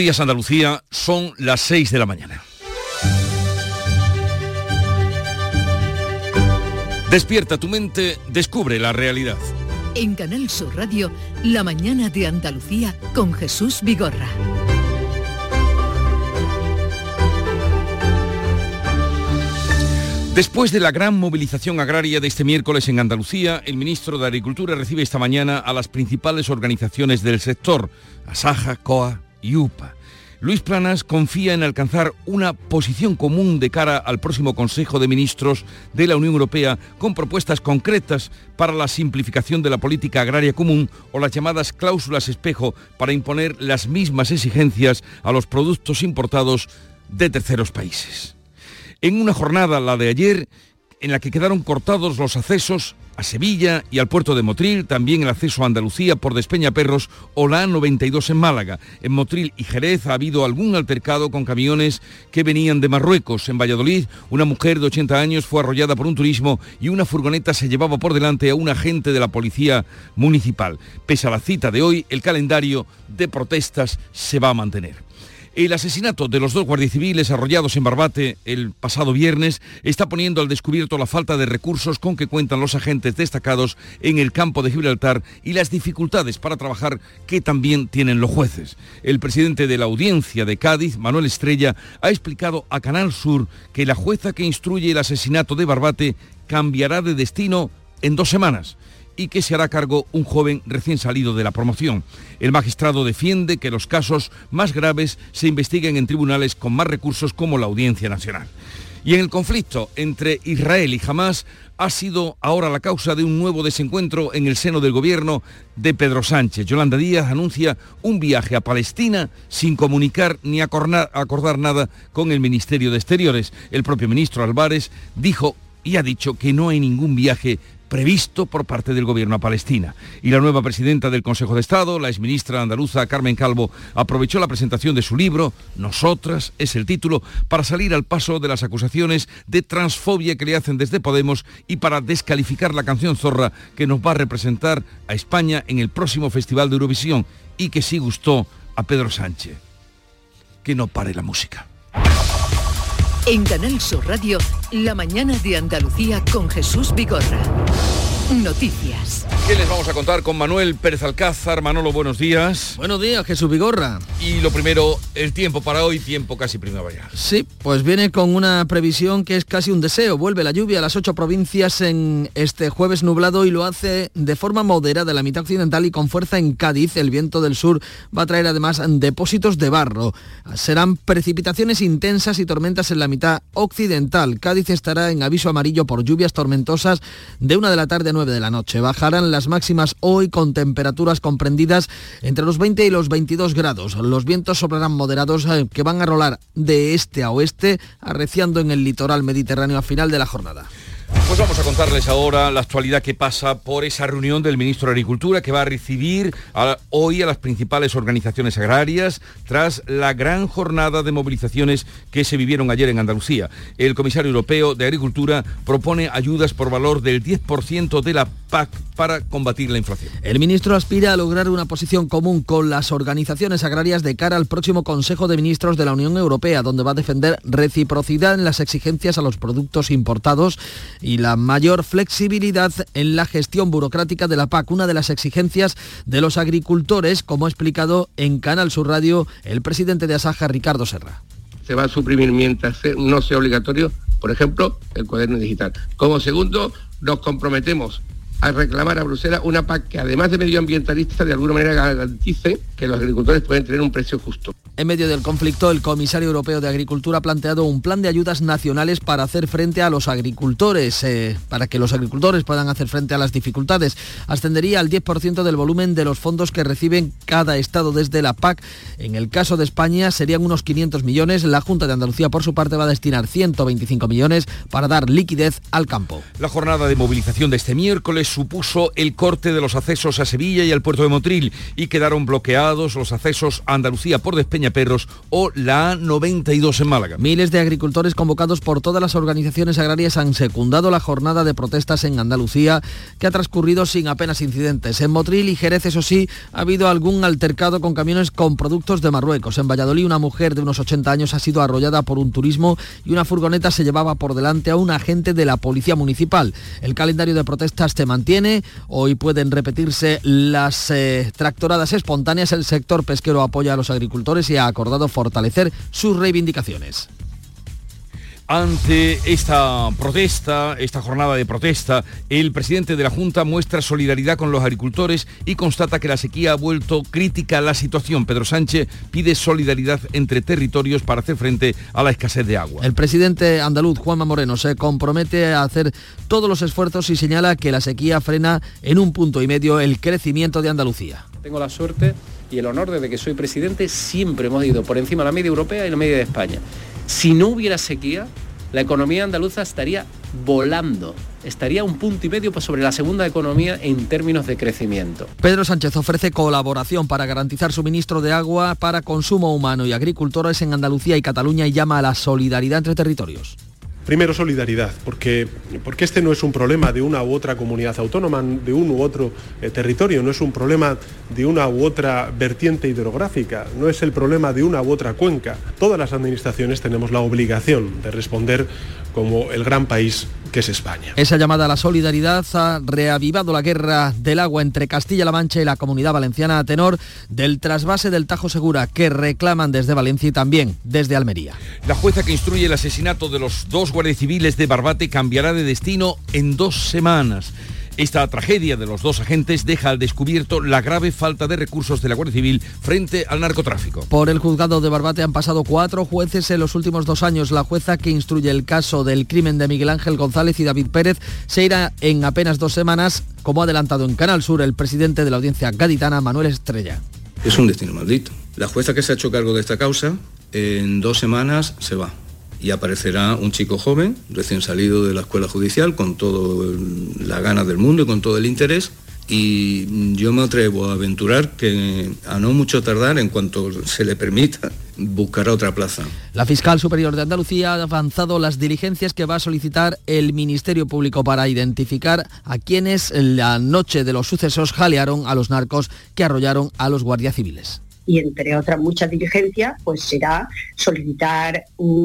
Días Andalucía, son las 6 de la mañana. Despierta tu mente, descubre la realidad. En Canal Sur Radio, La mañana de Andalucía con Jesús Vigorra. Después de la gran movilización agraria de este miércoles en Andalucía, el ministro de Agricultura recibe esta mañana a las principales organizaciones del sector, Asaja, COA y UPA. Luis Planas confía en alcanzar una posición común de cara al próximo Consejo de Ministros de la Unión Europea con propuestas concretas para la simplificación de la política agraria común o las llamadas cláusulas espejo para imponer las mismas exigencias a los productos importados de terceros países. En una jornada, la de ayer, en la que quedaron cortados los accesos a Sevilla y al puerto de Motril, también el acceso a Andalucía por Despeñaperros o la A92 en Málaga. En Motril y Jerez ha habido algún altercado con camiones que venían de Marruecos. En Valladolid, una mujer de 80 años fue arrollada por un turismo y una furgoneta se llevaba por delante a un agente de la policía municipal. Pese a la cita de hoy, el calendario de protestas se va a mantener. El asesinato de los 2 guardias civiles arrollados en Barbate el pasado viernes está poniendo al descubierto la falta de recursos con que cuentan los agentes destacados en el campo de Gibraltar y las dificultades para trabajar que también tienen los jueces. El presidente de la Audiencia de Cádiz, Manuel Estrella, ha explicado a Canal Sur que la jueza que instruye el asesinato de Barbate cambiará de destino en 2 semanas y que se hará cargo un joven recién salido de la promoción. El magistrado defiende que los casos más graves se investiguen en tribunales con más recursos como la Audiencia Nacional. Y en el conflicto entre Israel y Hamás ha sido ahora la causa de un nuevo desencuentro en el seno del gobierno de Pedro Sánchez. Yolanda Díaz anuncia un viaje a Palestina sin comunicar ni acordar nada con el Ministerio de Exteriores. El propio ministro Álvarez dijo y ha dicho que no hay ningún viaje previsto por parte del gobierno a Palestina. Y la nueva presidenta del Consejo de Estado, la exministra andaluza Carmen Calvo, aprovechó la presentación de su libro, Nosotras, es el título, para salir al paso de las acusaciones de transfobia que le hacen desde Podemos y para descalificar la canción Zorra que nos va a representar a España en el próximo Festival de Eurovisión y que sí gustó a Pedro Sánchez. Que no pare la música. En Canal Sur Radio, La mañana de Andalucía con Jesús Vigorra. Noticias. ¿Qué les vamos a contar con Manuel Pérez Alcázar? Manolo, buenos días. Buenos días, Jesús Vigorra. Y lo primero, el tiempo para hoy, tiempo casi primavera. Sí, pues viene con una previsión que es casi un deseo. Vuelve la lluvia a las 8 provincias en este jueves nublado y lo hace de forma moderada en la mitad occidental y con fuerza en Cádiz. El viento del sur va a traer además depósitos de barro. Serán precipitaciones intensas y tormentas en la mitad occidental. Cádiz estará en aviso amarillo por lluvias tormentosas de 1 de la tarde a 9 de la noche. Bajarán las máximas hoy con temperaturas comprendidas entre los 20 y los 22 grados. Los vientos soplarán moderados que van a rolar de este a oeste, arreciando en el litoral mediterráneo a final de la jornada. Pues vamos a contarles ahora la actualidad que pasa por esa reunión del ministro de Agricultura que va a recibir hoy a las principales organizaciones agrarias tras la gran jornada de movilizaciones que se vivieron ayer en Andalucía. El comisario europeo de Agricultura propone ayudas por valor del 10% de la PAC para combatir la inflación. El ministro aspira a lograr una posición común con las organizaciones agrarias de cara al próximo Consejo de Ministros de la Unión Europea, donde va a defender reciprocidad en las exigencias a los productos importados y la mayor flexibilidad en la gestión burocrática de la PAC, una de las exigencias de los agricultores, como ha explicado en Canal Sur Radio el presidente de Asaja, Ricardo Serra. Se va a suprimir mientras no sea obligatorio, por ejemplo, el cuaderno digital. Como segundo, nos comprometemos a reclamar a Bruselas una PAC que, además de medioambientalista, de alguna manera garantice que los agricultores pueden tener un precio justo. En medio del conflicto, el comisario europeo de Agricultura ha planteado un plan de ayudas nacionales para hacer frente a los agricultores, para que los agricultores puedan hacer frente a las dificultades. Ascendería al 10% del volumen de los fondos que reciben cada estado desde la PAC. En el caso de España serían unos 500 millones. La Junta de Andalucía, por su parte, va a destinar 125 millones para dar liquidez al campo. La jornada de movilización de este miércoles supuso el corte de los accesos a Sevilla y al puerto de Motril y quedaron bloqueados los accesos a Andalucía por Despeñaperros o la A92 en Málaga. Miles de agricultores convocados por todas las organizaciones agrarias han secundado la jornada de protestas en Andalucía, que ha transcurrido sin apenas incidentes. En Motril y Jerez, eso sí, ha habido algún altercado con camiones con productos de Marruecos. En Valladolid, una mujer de unos 80 años ha sido arrollada por un turismo y una furgoneta se llevaba por delante a un agente de la Policía Municipal. El calendario de protestas se mantiene. Hoy pueden repetirse las tractoradas espontáneas. El sector pesquero apoya a los agricultores y ha acordado fortalecer sus reivindicaciones. Ante esta protesta, esta jornada de protesta, el presidente de la Junta muestra solidaridad con los agricultores y constata que la sequía ha vuelto crítica a la situación. Pedro Sánchez pide solidaridad entre territorios para hacer frente a la escasez de agua. El presidente andaluz, Juanma Moreno, se compromete a hacer todos los esfuerzos y señala que la sequía frena en 1,5 puntos el crecimiento de Andalucía. Tengo la suerte y el honor desde que soy presidente, siempre hemos ido por encima de la media europea y la media de España. Si no hubiera sequía, la economía andaluza estaría volando, estaría 1,5 puntos sobre la segunda economía en términos de crecimiento. Pedro Sánchez ofrece colaboración para garantizar suministro de agua para consumo humano y agricultores en Andalucía y Cataluña y llama a la solidaridad entre territorios. Primero, solidaridad, porque este no es un problema de una u otra comunidad autónoma, de un u otro territorio, no es un problema de una u otra vertiente hidrográfica, no es el problema de una u otra cuenca. Todas las administraciones tenemos la obligación de responder como el gran país que es España. Esa llamada a la solidaridad ha reavivado la guerra del agua entre Castilla-La Mancha y la Comunidad Valenciana a tenor del trasvase del Tajo Segura, que reclaman desde Valencia y también desde Almería. La jueza que instruye el asesinato de los 2 guardias civiles de Barbate cambiará de destino en 2 semanas. Esta tragedia de los 2 agentes deja al descubierto la grave falta de recursos de la Guardia Civil frente al narcotráfico. Por el juzgado de Barbate han pasado 4 jueces en los últimos 2 años. La jueza que instruye el caso del crimen de Miguel Ángel González y David Pérez se irá en apenas 2 semanas, como ha adelantado en Canal Sur el presidente de la audiencia gaditana, Manuel Estrella. Es un destino maldito. La jueza que se ha hecho cargo de esta causa, en 2 semanas se va. Y aparecerá un chico joven, recién salido de la escuela judicial, con toda la ganas del mundo y con todo el interés. Y yo me atrevo a aventurar que a no mucho tardar, en cuanto se le permita, buscará otra plaza. La fiscal superior de Andalucía ha avanzado las diligencias que va a solicitar el Ministerio Público para identificar a quienes la noche de los sucesos jalearon a los narcos que arrollaron a los guardias civiles. Y entre otras muchas diligencias, pues será solicitar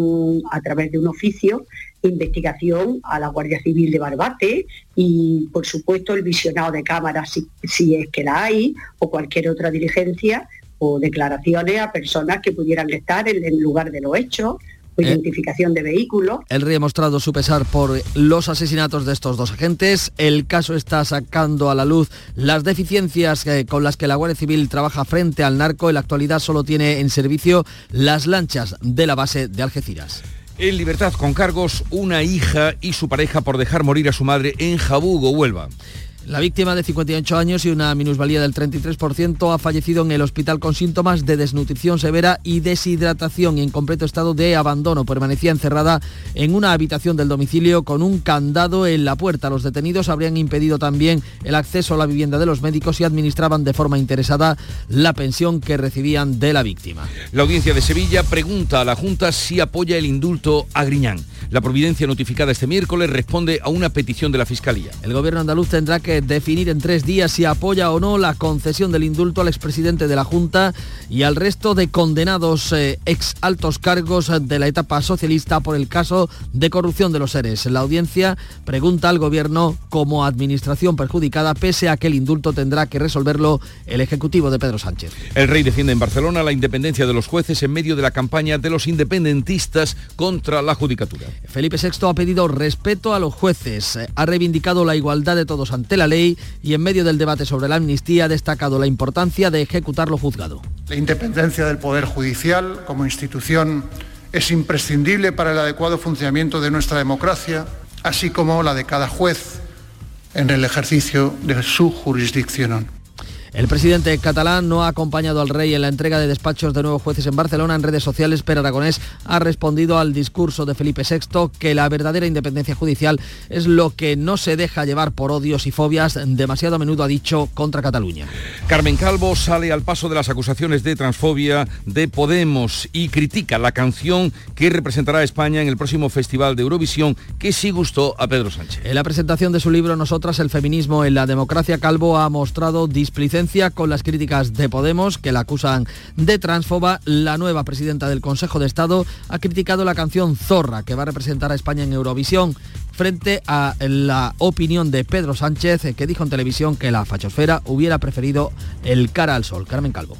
a través de un oficio investigación a la Guardia Civil de Barbate y, por supuesto, el visionado de cámaras si es que la hay, o cualquier otra diligencia o declaraciones a personas que pudieran estar en el lugar de los hechos, o identificación de vehículos. El rey ha mostrado su pesar por los asesinatos de estos 2 agentes. El caso está sacando a la luz las deficiencias con las que la Guardia Civil trabaja frente al narco. En la actualidad solo tiene en servicio las lanchas de la base de Algeciras. En libertad con cargos, una hija y su pareja por dejar morir a su madre en Jabugo, Huelva. La víctima, de 58 años y una minusvalía del 33%, ha fallecido en el hospital con síntomas de desnutrición severa y deshidratación y en completo estado de abandono. Permanecía encerrada en una habitación del domicilio con un candado en la puerta. Los detenidos habrían impedido también el acceso a la vivienda de los médicos y administraban de forma interesada la pensión que recibían de la víctima. La audiencia de Sevilla pregunta a la Junta si apoya el indulto a Griñán. La providencia notificada este miércoles responde a una petición de la Fiscalía. El gobierno andaluz tendrá que definir en 3 días si apoya o no la concesión del indulto al expresidente de la Junta y al resto de condenados ex altos cargos de la etapa socialista por el caso de corrupción de los seres. La audiencia pregunta al gobierno como administración perjudicada, pese a que el indulto tendrá que resolverlo el Ejecutivo de Pedro Sánchez. El rey defiende en Barcelona la independencia de los jueces en medio de la campaña de los independentistas contra la judicatura. Felipe VI ha pedido respeto a los jueces, ha reivindicado la igualdad de todos ante la ley y en medio del debate sobre la amnistía ha destacado la importancia de ejecutar lo juzgado. La independencia del Poder Judicial como institución es imprescindible para el adecuado funcionamiento de nuestra democracia, así como la de cada juez en el ejercicio de su jurisdicción. El presidente catalán no ha acompañado al rey en la entrega de despachos de nuevos jueces en Barcelona. En redes sociales, Pere Aragonés ha respondido al discurso de Felipe VI que la verdadera independencia judicial es lo que no se deja llevar por odios y fobias, demasiado a menudo ha dicho, contra Cataluña. Carmen Calvo sale al paso de las acusaciones de transfobia de Podemos y critica la canción que representará a España en el próximo Festival de Eurovisión, que sí gustó a Pedro Sánchez. En la presentación de su libro Nosotras, el feminismo en la democracia, Calvo ha mostrado displicencia con las críticas de Podemos, que la acusan de transfoba. La nueva presidenta del Consejo de Estado ha criticado la canción Zorra, que va a representar a España en Eurovisión, frente a la opinión de Pedro Sánchez, que dijo en televisión que la fachosfera hubiera preferido el Cara al Sol. Carmen Calvo.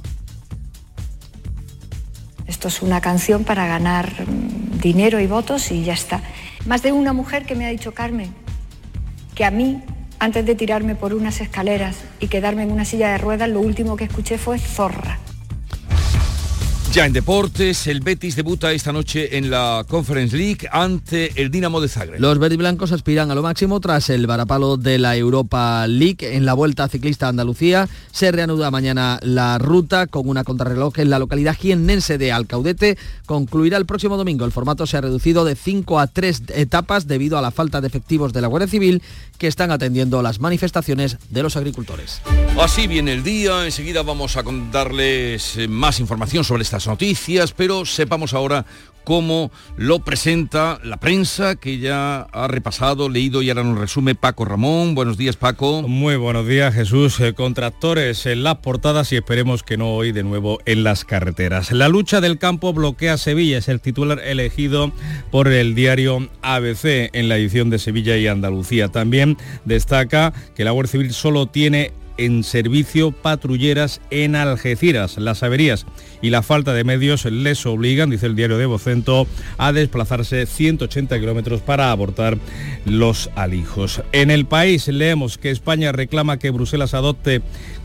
Esto es una canción para ganar dinero y votos y ya está. Más de una mujer que me ha dicho, Carmen, que a mí, antes de tirarme por unas escaleras y quedarme en una silla de ruedas, lo último que escuché fue Zorra. Ya en deportes, el Betis debuta esta noche en la Conference League ante el Dinamo de Zagreb. Los verdiblancos aspiran a lo máximo tras el varapalo de la Europa League. En la Vuelta Ciclista a Andalucía se reanuda mañana la ruta con una contrarreloj en la localidad jiennense de Alcaudete. Concluirá el próximo domingo. El formato se ha reducido de 5 a 3 etapas debido a la falta de efectivos de la Guardia Civil, que están atendiendo las manifestaciones de los agricultores. Así viene el día. Enseguida vamos a darles más información sobre estas noticias, pero sepamos ahora cómo lo presenta la prensa, que ya ha repasado, leído y ahora nos resume Paco Ramón. Buenos días, Paco. Muy buenos días, Jesús. Con tractores en las portadas y esperemos que no hoy de nuevo en las carreteras. La lucha del campo bloquea Sevilla, es el titular elegido por el diario ABC en la edición de Sevilla y Andalucía. También destaca que la Guardia Civil solo tiene en servicio patrulleras en Algeciras. Las averías y la falta de medios les obligan, dice el diario de Vocento, a desplazarse 180 kilómetros para abortar los alijos. En El País leemos que España reclama que Bruselas adopte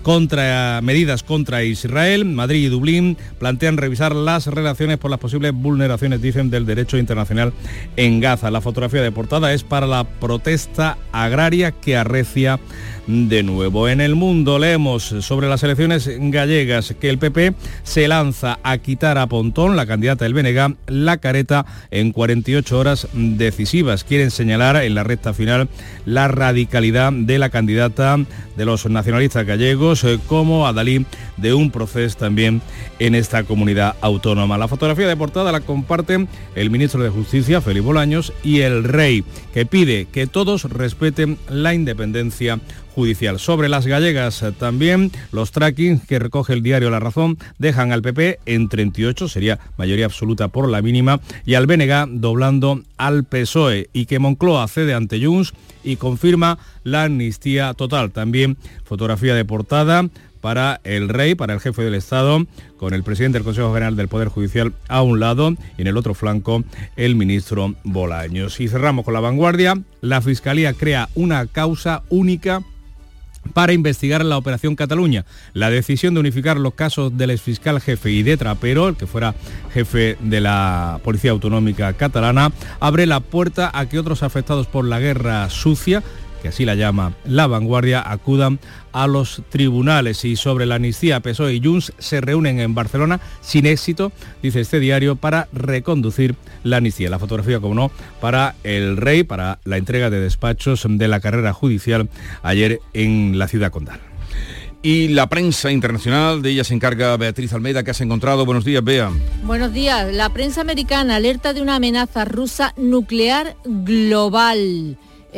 medidas contra Israel. Madrid y Dublín plantean revisar las relaciones por las posibles vulneraciones, dicen, del derecho internacional en Gaza. La fotografía de portada es para la protesta agraria que arrecia de nuevo. En El Mundo leemos sobre las elecciones gallegas que el PP se lanza a quitar a Pontón, la candidata del BNG, la careta en 48 horas decisivas. Quieren señalar en la recta final la radicalidad de la candidata de los nacionalistas gallegos como adalid de un proceso también en esta comunidad autónoma. La fotografía de portada la comparten el ministro de Justicia, Félix Bolaños, y el rey, que pide que todos respeten la independencia judicial. Sobre las gallegas también, los trackings que recoge el diario La Razón dejan al PP en 38, sería mayoría absoluta por la mínima, y al BNG doblando al PSOE, y que Moncloa cede ante Junts y confirma la amnistía total. También fotografía de portada para el rey, para el jefe del Estado, con el presidente del Consejo General del Poder Judicial a un lado y en el otro flanco el ministro Bolaños. Y cerramos con La Vanguardia. La Fiscalía crea una causa única para investigar la Operación Cataluña. La decisión de unificar los casos del exfiscal jefe y de Trapero, el que fuera jefe de la Policía Autonómica catalana, abre la puerta a que otros afectados por la guerra sucia, que así la llama La Vanguardia, acudan a los tribunales. Y sobre la amnistía, PSOE y Junts se reúnen en Barcelona sin éxito, dice este diario, para reconducir la amnistía. La fotografía, como no, para el rey, para la entrega de despachos de la carrera judicial ayer en la ciudad condal. Y la prensa internacional, de ella se encarga Beatriz Almeida, que has encontrado. Buenos días, Bea. Buenos días. La prensa americana alerta de una amenaza rusa nuclear global.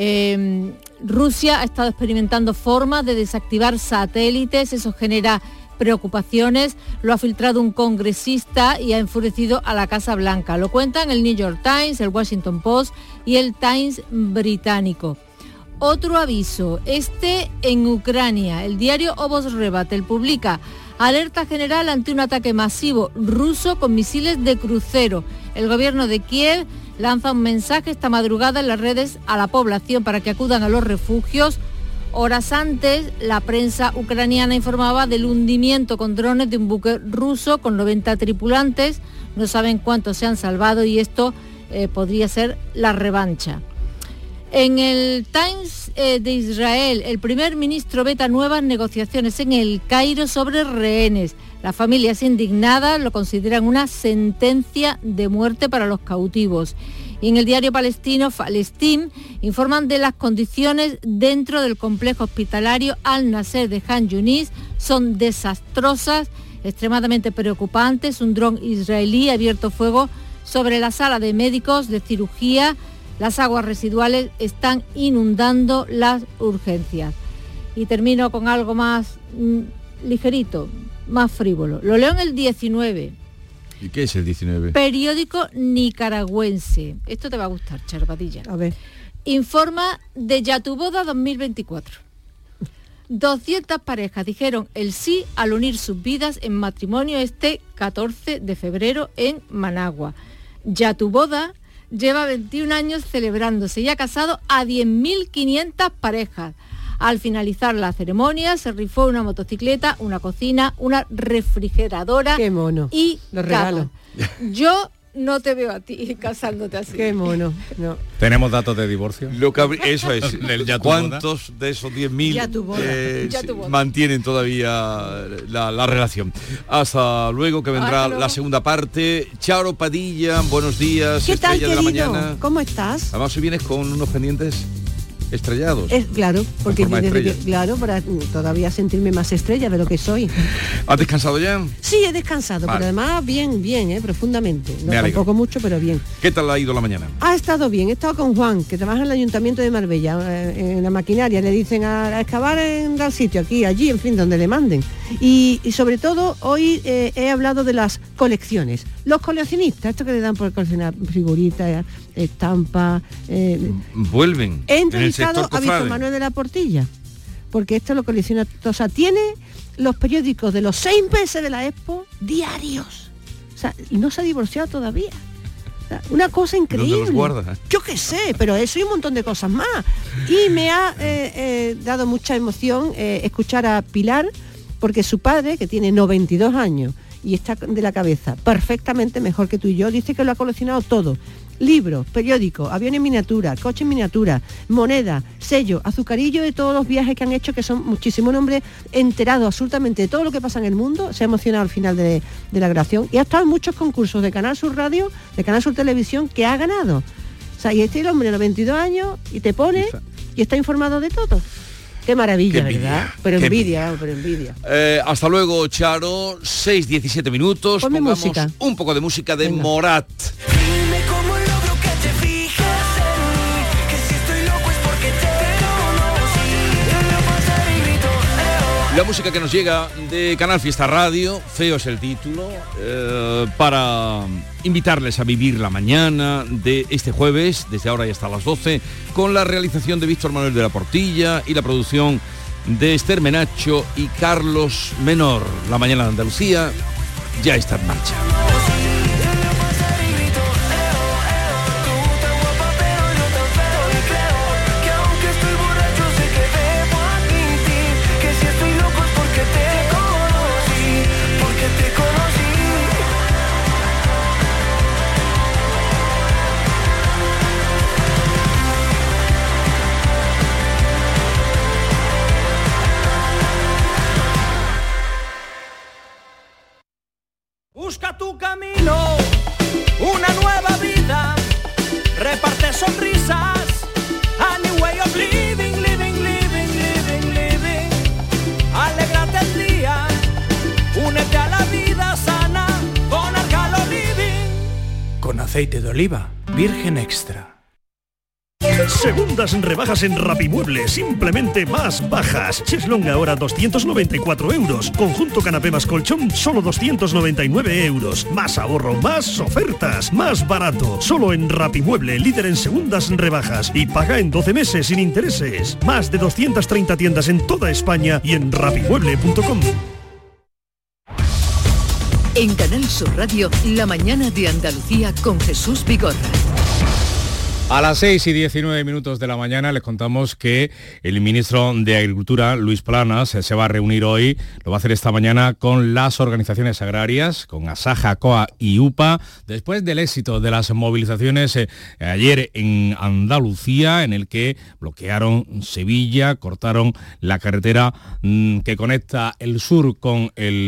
Rusia ha estado experimentando formas de desactivar satélites, eso genera preocupaciones, lo ha filtrado un congresista y ha enfurecido a la Casa Blanca. Lo cuentan el New York Times, el Washington Post y el Times británico. Otro aviso, en Ucrania. El diario Obos-Rebatel publica alerta general ante un ataque masivo ruso con misiles de crucero. El gobierno de Kiev lanza un mensaje esta madrugada en las redes a la población para que acudan a los refugios. Horas antes, la prensa ucraniana informaba del hundimiento con drones de un buque ruso con 90 tripulantes. No saben cuántos se han salvado y esto podría ser la revancha. En el Times de Israel, el primer ministro veta nuevas negociaciones en el Cairo sobre rehenes. Las familias indignadas lo consideran una sentencia de muerte para los cautivos. Y en el diario palestino, Palestín, informan de las condiciones dentro del complejo hospitalario Al-Nasser de Han Yunis. Son desastrosas, extremadamente preocupantes. Un dron israelí ha abierto fuego sobre la sala de médicos de cirugía. Las aguas residuales están inundando las urgencias. Y termino con algo más ligerito, más frívolo. Lo leo en el 19. ¿Y qué es el 19? Periódico nicaragüense. Esto te va a gustar, Charpadilla. A ver. Informa de Ya tu boda 2024. 200 parejas dijeron el sí al unir sus vidas en matrimonio este 14 de febrero en Managua. Ya tu boda lleva 21 años celebrándose y ha casado a 10.500 parejas. Al finalizar la ceremonia se rifó una motocicleta, una cocina, una refrigeradora. ¡Qué mono! Y los regalos. Yo no te veo a ti casándote así. ¡Qué mono! No. ¿Tenemos datos de divorcio? Eso es. ¿Cuántos de esos 10.000 mantienen todavía la relación? Hasta luego, que vendrá la segunda parte. Charo Padilla, buenos días. ¿Qué tal, Estrella de la mañana. ¿Cómo estás? Además, hoy vienes con unos pendientes estrellados. Claro, porque claro, para todavía sentirme más estrella de lo que soy. ¿Has descansado ya? Sí, he descansado, vale. Pero además bien, profundamente. No tampoco mucho, pero bien. ¿Qué tal ha ido la mañana? Ha estado bien, he estado con Juan, que trabaja en el Ayuntamiento de Marbella, en la maquinaria, le dicen a excavar en tal sitio, aquí, allí, en fin, donde le manden. Y sobre todo, hoy he hablado de las colecciones. Los coleccionistas, esto que le dan por coleccionar figuritas, estampas... vuelven. He entrevistado a Víctor Manuel de la Portilla, porque esto lo colecciona, o sea, tiene los periódicos de los 6 meses de la Expo diarios, o sea, y no se ha divorciado todavía. O sea, una cosa increíble. ¿Dónde los guarda? Yo qué sé, pero eso y un montón de cosas más. Y me ha dado mucha emoción escuchar a Pilar, porque su padre, que tiene 92 años y está de la cabeza perfectamente mejor que tú y yo, dice que lo ha coleccionado todo. Libros, periódicos, aviones en miniatura, coches en miniatura, moneda, sello, azucarillo de todos los viajes que han hecho, que son muchísimos. Un hombre enterado absolutamente de todo lo que pasa en el mundo, se ha emocionado al final de la grabación y ha estado en muchos concursos de Canal Sur Radio, de Canal Sur Televisión, que ha ganado. O sea, y este hombre de 92 años y te pone y está informado de todo. Qué maravilla, ¿verdad? Pero envidia. Hasta luego, Charo. 6:17 minutos. Ponme pongamos música. Un poco de música de Morat. La música que nos llega de Canal Fiesta Radio, Feo es el título, para invitarles a vivir la mañana de este jueves, desde ahora y hasta las 12, con la realización de Víctor Manuel de la Portilla y la producción de Esther Menacho y Carlos Menor. La mañana de Andalucía ya está en marcha. Busca tu camino, una nueva vida, reparte sonrisas, a new way of living, living. Alégrate el día, únete a la vida sana, con Arcalo Living. Con aceite de oliva, virgen extra. Segundas rebajas en Rapimueble, simplemente más bajas. Cheslong ahora 294 euros. Conjunto canapé más colchón, solo 299 euros. Más ahorro, más ofertas, más barato. Solo en Rapimueble, líder en segundas rebajas. Y paga en 12 meses sin intereses. Más de 230 tiendas en toda España y en rapimueble.com. En Canal Sur Radio, la mañana de Andalucía con Jesús Vigorra. A las 6:19 de la mañana les contamos que el ministro de Agricultura, Luis Planas, se va a reunir hoy, lo va a hacer esta mañana con las organizaciones agrarias, con Asaja, COA y UPA, después del éxito de las movilizaciones ayer en Andalucía, en el que bloquearon Sevilla, cortaron la carretera que conecta el sur con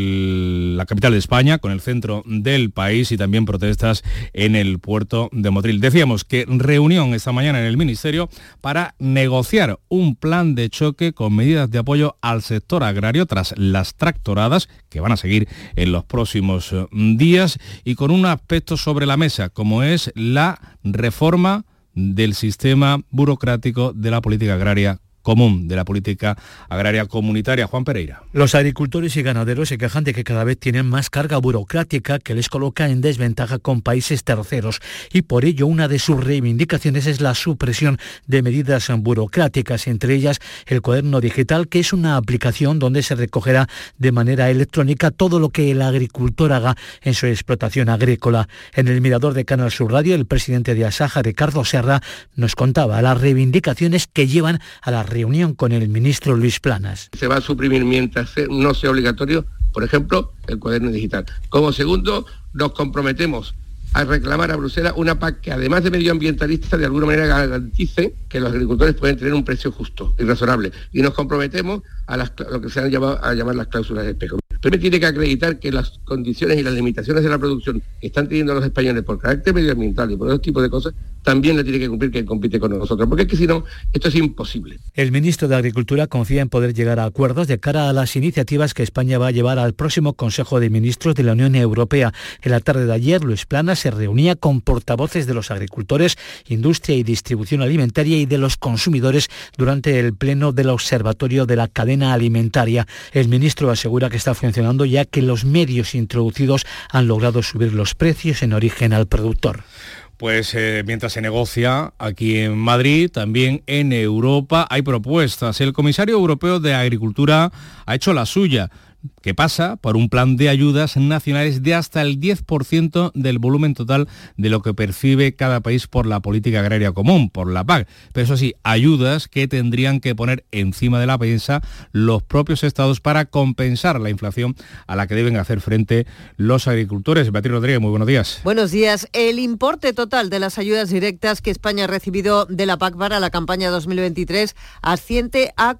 la capital de España, con el centro del país, y también protestas en el puerto de Motril. Decíamos que reunión esta mañana en el Ministerio para negociar un plan de choque con medidas de apoyo al sector agrario tras las tractoradas que van a seguir en los próximos días, y con un aspecto sobre la mesa como es la reforma del sistema burocrático de la política agraria común, de la política agraria comunitaria. Juan Pereira. Los agricultores y ganaderos se quejan de que cada vez tienen más carga burocrática que les coloca en desventaja con países terceros, y por ello una de sus reivindicaciones es la supresión de medidas burocráticas, entre ellas el cuaderno digital, que es una aplicación donde se recogerá de manera electrónica todo lo que el agricultor haga en su explotación agrícola. En el Mirador de Canal Sur Radio, el presidente de Asaja, Ricardo Serra, nos contaba las reivindicaciones que llevan a la reunión con el ministro Luis Planas. Se va a suprimir mientras no sea obligatorio, por ejemplo, el cuaderno digital. Como segundo, nos comprometemos a reclamar a Bruselas una PAC que, además de medioambientalista, de alguna manera garantice que los agricultores pueden tener un precio justo y razonable. Y nos comprometemos a lo que se han llamado a llamar las cláusulas de espejo. Primero tiene que acreditar que las condiciones y las limitaciones de la producción que están teniendo los españoles por carácter medioambiental y por otro tipo de cosas, también le tiene que cumplir que compite con nosotros, porque es que si no, esto es imposible. El ministro de Agricultura confía en poder llegar a acuerdos de cara a las iniciativas que España va a llevar al próximo Consejo de Ministros de la Unión Europea. En la tarde de ayer, Luis Planas se reunía con portavoces de los agricultores, industria y distribución alimentaria y de los consumidores durante el pleno del Observatorio de la Cadena Alimentaria. El ministro asegura que está funcionando, ya que los medios introducidos han logrado subir los precios en origen al productor. Pues mientras se negocia aquí en Madrid, también en Europa hay propuestas. El comisario europeo de Agricultura ha hecho la suya, que pasa por un plan de ayudas nacionales de hasta el 10% del volumen total de lo que percibe cada país por la política agraria común, por la PAC. Pero eso sí, ayudas que tendrían que poner encima de la mesa los propios estados para compensar la inflación a la que deben hacer frente los agricultores. Beatriz Rodríguez, muy buenos días. Buenos días. El importe total de las ayudas directas que España ha recibido de la PAC para la campaña 2023 asciende a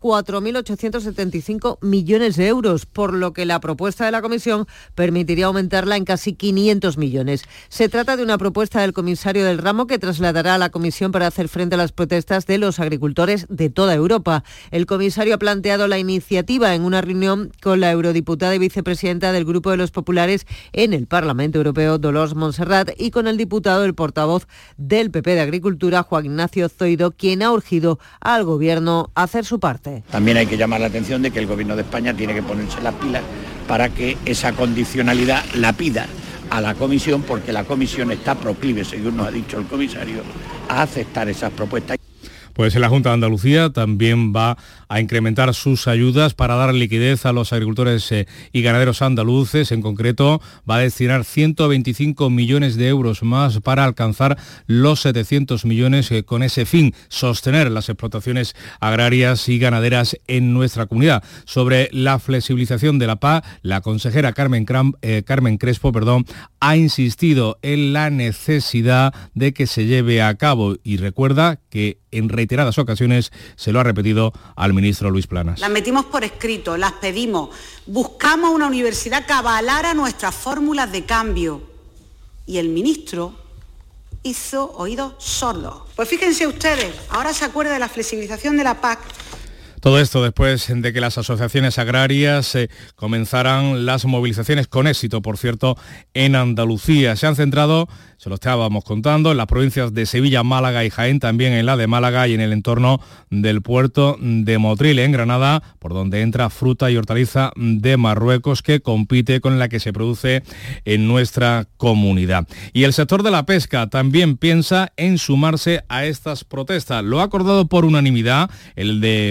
4.875 millones de euros, por lo que la propuesta de la Comisión permitiría aumentarla en casi 500 millones. Se trata de una propuesta del comisario del ramo que trasladará a la Comisión para hacer frente a las protestas de los agricultores de toda Europa. El comisario ha planteado la iniciativa en una reunión con la eurodiputada y vicepresidenta del Grupo de los Populares en el Parlamento Europeo, Dolors Montserrat, y con el diputado, el portavoz del PP de Agricultura, Juan Ignacio Zoido, quien ha urgido al Gobierno a hacer su parte. También hay que llamar la atención de que el Gobierno de España tiene que ponerse las pilas para que esa condicionalidad la pida a la Comisión, porque la Comisión está proclive, según nos ha dicho el comisario, a aceptar esas propuestas. Pues la Junta de Andalucía también va a incrementar sus ayudas para dar liquidez a los agricultores y ganaderos andaluces. En concreto, va a destinar 125 millones de euros más para alcanzar los 700 millones con ese fin, sostener las explotaciones agrarias y ganaderas en nuestra comunidad. Sobre la flexibilización de la PAC, la consejera Carmen Crespo ha insistido en la necesidad de que se lleve a cabo y recuerda que en reiteradas ocasiones se lo ha repetido al ministro Luis Planas. Las metimos por escrito, las pedimos, buscamos una universidad que avalara nuestras fórmulas de cambio y el ministro hizo oídos sordos. Pues fíjense ustedes, ahora se acuerda de la flexibilización de la PAC. Todo esto después de que las asociaciones agrarias comenzaran las movilizaciones con éxito, por cierto, en Andalucía. Se han centrado, se lo estábamos contando, en las provincias de Sevilla, Málaga y Jaén, también en la de Málaga y en el entorno del puerto de Motril, en Granada, por donde entra fruta y hortaliza de Marruecos, que compite con la que se produce en nuestra comunidad. Y el sector de la pesca también piensa en sumarse a estas protestas. Lo ha acordado por unanimidad el de fortalecer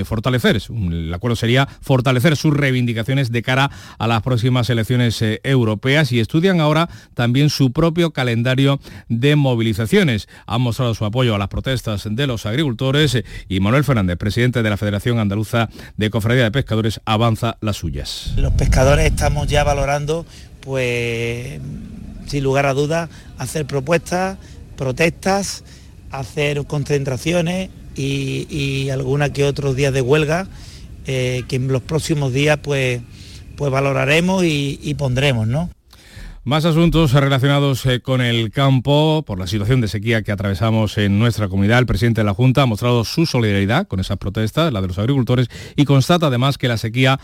fortalecer. El acuerdo sería fortalecer sus reivindicaciones de cara a las próximas elecciones europeas y estudian ahora también su propio calendario de movilizaciones. Han mostrado su apoyo a las protestas de los agricultores y Manuel Fernández, presidente de la Federación Andaluza de Cofradía de Pescadores, avanza las suyas. Los pescadores estamos ya valorando, pues, sin lugar a dudas, hacer propuestas, protestas, hacer concentraciones y alguna que otros días de huelga que en los próximos días pues valoraremos y pondremos, ¿no? Más asuntos relacionados con el campo, por la situación de sequía que atravesamos en nuestra comunidad. El presidente de la Junta ha mostrado su solidaridad con esas protestas, la de los agricultores, y constata además que la sequía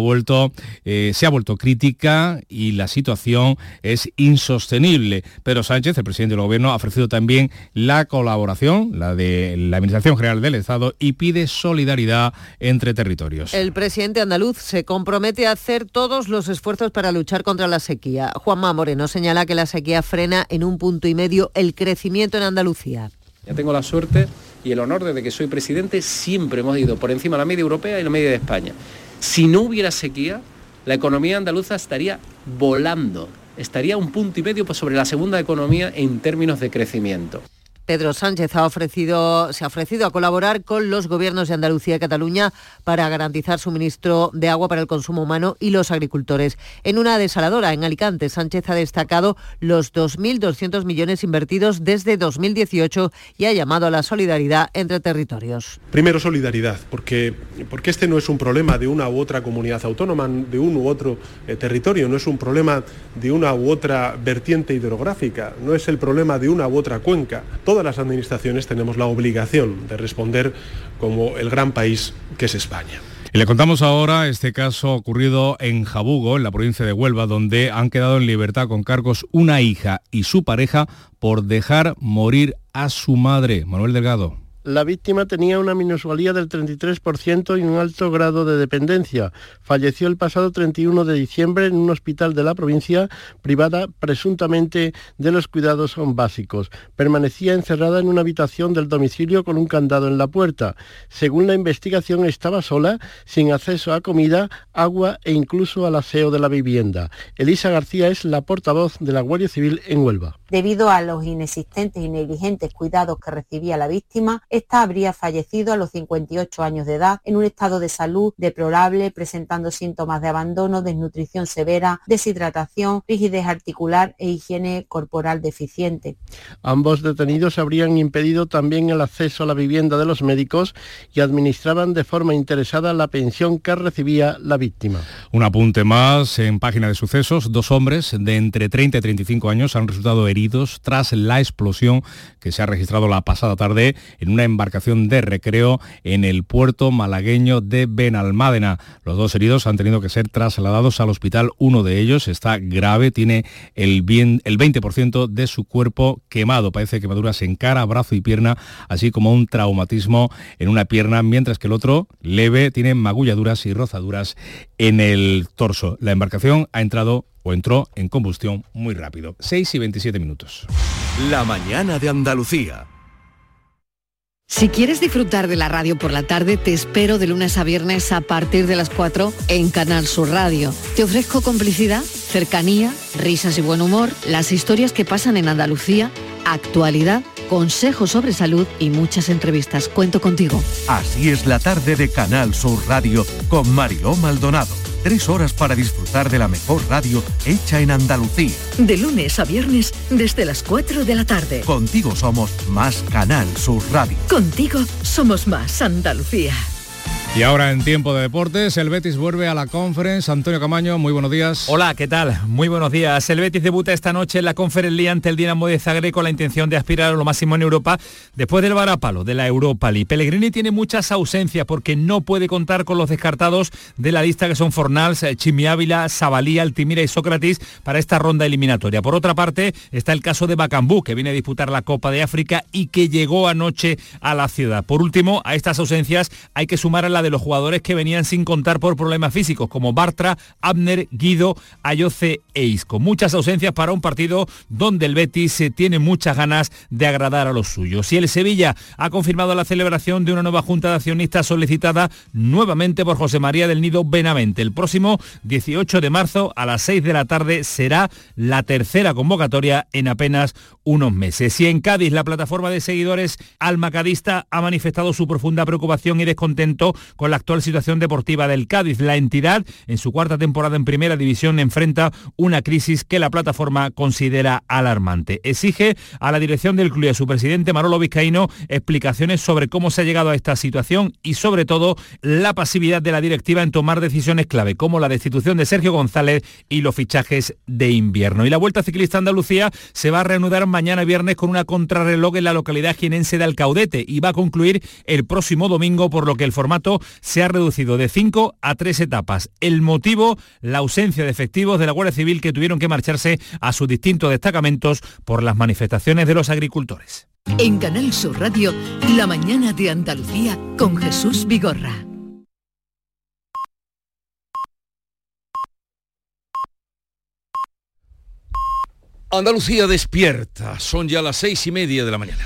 se ha vuelto crítica y la situación es insostenible. Pedro Sánchez, el presidente del Gobierno, ha ofrecido también la colaboración, la de la Administración General del Estado, y pide solidaridad entre territorios. El presidente andaluz se compromete a hacer todos los esfuerzos para luchar contra la sequía. Juanma Moreno señala que la sequía frena en 1,5 puntos el crecimiento en Andalucía. Ya tengo la suerte y el honor desde que soy presidente, siempre hemos ido por encima de la media europea y la media de España. Si no hubiera sequía, la economía andaluza estaría volando, estaría 1,5 puntos sobre la segunda economía en términos de crecimiento. Pedro Sánchez se ha ofrecido a colaborar con los gobiernos de Andalucía y Cataluña para garantizar suministro de agua para el consumo humano y los agricultores. En una desaladora en Alicante, Sánchez ha destacado los 2.200 millones invertidos desde 2018 y ha llamado a la solidaridad entre territorios. Primero, solidaridad, porque este no es un problema de una u otra comunidad autónoma, de un u otro territorio, no es un problema de una u otra vertiente hidrográfica, no es el problema de una u otra cuenca. Todas las administraciones tenemos la obligación de responder como el gran país que es España. Y le contamos ahora este caso ocurrido en Jabugo, en la provincia de Huelva, donde han quedado en libertad con cargos una hija y su pareja por dejar morir a su madre. Manuel Delgado. La víctima tenía una minusvalía del 33% y un alto grado de dependencia. Falleció el pasado 31 de diciembre en un hospital de la provincia, privada presuntamente de los cuidados básicos. Permanecía encerrada en una habitación del domicilio con un candado en la puerta. Según la investigación, estaba sola, sin acceso a comida, agua e incluso al aseo de la vivienda. Elisa García es la portavoz de la Guardia Civil en Huelva. Debido a los inexistentes y negligentes cuidados que recibía la víctima, esta habría fallecido a los 58 años de edad en un estado de salud deplorable, presentando síntomas de abandono, desnutrición severa, deshidratación, rigidez articular e higiene corporal deficiente. Ambos detenidos habrían impedido también el acceso a la vivienda de los médicos y administraban de forma interesada la pensión que recibía la víctima. Un apunte más en página de sucesos. 2 hombres de entre 30 y 35 años han resultado heridos tras la explosión que se ha registrado la pasada tarde en una embarcación de recreo en el puerto malagueño de Benalmádena. Los 2 heridos han tenido que ser trasladados al hospital. Uno de ellos está grave, tiene el 20% de su cuerpo quemado. Padece quemaduras en cara, brazo y pierna, así como un traumatismo en una pierna, mientras que el otro, leve, tiene magulladuras y rozaduras en el torso. La embarcación entró en combustión muy rápido. 6:27. La mañana de Andalucía. Si quieres disfrutar de la radio por la tarde, te espero de lunes a viernes a partir de las 4 en Canal Sur Radio. Te ofrezco complicidad, cercanía, risas y buen humor, las historias que pasan en Andalucía, actualidad, consejos sobre salud y muchas entrevistas. Cuento contigo. Así es la tarde de Canal Sur Radio con Mariló Maldonado. 3 horas para disfrutar de la mejor radio hecha en Andalucía. De lunes a viernes desde las 4 de la tarde. Contigo somos más Canal Sur Radio. Contigo somos más Andalucía. Y ahora en tiempo de deportes, el Betis vuelve a la Conference. Antonio Camaño, muy buenos días. Hola, ¿qué tal? Muy buenos días. El Betis debuta esta noche en la Conference League ante el Dinamo de Zagreb con la intención de aspirar a lo máximo en Europa después del varapalo de la Europa League. Pellegrini tiene muchas ausencias porque no puede contar con los descartados de la lista que son Fornals, Chimi Ávila, Sabalí, Altimira y Sócrates para esta ronda eliminatoria. Por otra parte, está el caso de Bacambú, que viene a disputar la Copa de África y que llegó anoche a la ciudad. Por último, a estas ausencias hay que sumar a la la de los jugadores que venían sin contar por problemas físicos, como Bartra, Abner, Guido, Ayoce e Isco. Muchas ausencias para un partido donde el Betis tiene muchas ganas de agradar a los suyos. Y el Sevilla ha confirmado la celebración de una nueva junta de accionistas solicitada nuevamente por José María del Nido Benavente. El próximo 18 de marzo a las 6 de la tarde será la tercera convocatoria en apenas unos meses. Y en Cádiz, la plataforma de seguidores almacadista ha manifestado su profunda preocupación y descontento con la actual situación deportiva del Cádiz. La entidad, en su cuarta temporada en Primera División, enfrenta una crisis que la plataforma considera alarmante. Exige a la dirección del club y a su presidente Manolo Vizcaíno explicaciones sobre cómo se ha llegado a esta situación y, sobre todo, la pasividad de la directiva en tomar decisiones clave, como la destitución de Sergio González y los fichajes de invierno. Y la Vuelta Ciclista a Andalucía se va a reanudar mañana viernes con una contrarreloj en la localidad jienense de Alcaudete y va a concluir el próximo domingo, por lo que el formato se ha reducido de 5 a 3 etapas. El motivo, la ausencia de efectivos de la Guardia Civil que tuvieron que marcharse a sus distintos destacamentos por las manifestaciones de los agricultores. En Canal Sur Radio, La mañana de Andalucía con Jesús Vigorra. Andalucía despierta, son ya las 6:30 de la mañana.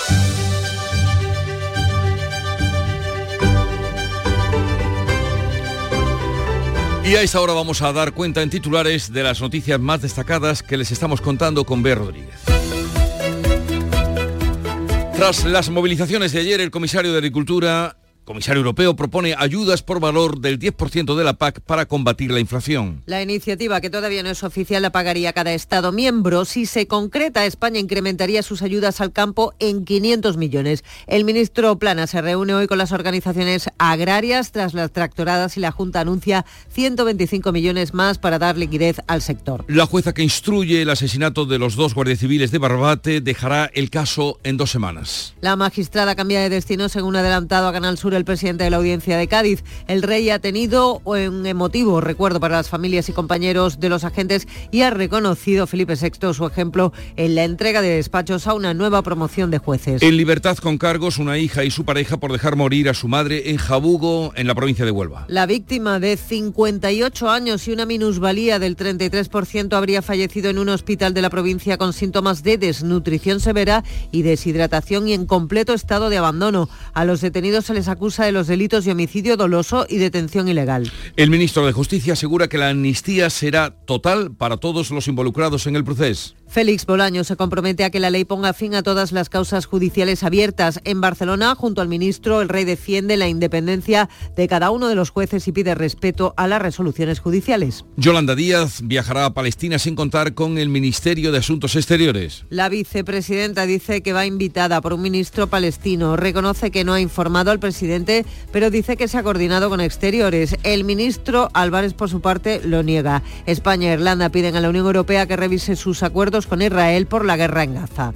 Y a esta hora vamos a dar cuenta en titulares de las noticias más destacadas que les estamos contando con Bea Rodríguez. Tras las movilizaciones de ayer, el comisario de Agricultura, comisario europeo, propone ayudas por valor del 10% de la PAC para combatir la inflación. La iniciativa, que todavía no es oficial, la pagaría cada Estado miembro. Si se concreta, España incrementaría sus ayudas al campo en 500 millones. El ministro Planas se reúne hoy con las organizaciones agrarias tras las tractoradas y la Junta anuncia 125 millones más para dar liquidez al sector. La jueza que instruye el asesinato de los 2 guardias civiles de Barbate dejará el caso en 2 semanas. La magistrada cambia de destino, según ha adelantado a Canal Sur el presidente de la Audiencia de Cádiz. El rey ha tenido un emotivo recuerdo para las familias y compañeros de los agentes y ha reconocido Felipe VI su ejemplo en la entrega de despachos a una nueva promoción de jueces. En libertad con cargos, una hija y su pareja por dejar morir a su madre en Jabugo, en la provincia de Huelva. La víctima, de 58 años y una minusvalía del 33%, habría fallecido en un hospital de la provincia con síntomas de desnutrición severa y deshidratación y en completo estado de abandono. A los detenidos se les acusa de los delitos de homicidio doloso y detención ilegal. El ministro de Justicia asegura que la amnistía será total para todos los involucrados en el proceso. Félix Bolaño se compromete a que la ley ponga fin a todas las causas judiciales abiertas. En Barcelona, junto al ministro, el rey defiende la independencia de cada uno de los jueces y pide respeto a las resoluciones judiciales. Yolanda Díaz viajará a Palestina sin contar con el Ministerio de Asuntos Exteriores. La vicepresidenta dice que va invitada por un ministro palestino. Reconoce que no ha informado al presidente, pero dice que se ha coordinado con Exteriores. El ministro Álvarez, por su parte, lo niega. España e Irlanda piden a la Unión Europea que revise sus acuerdos con Israel por la guerra en Gaza.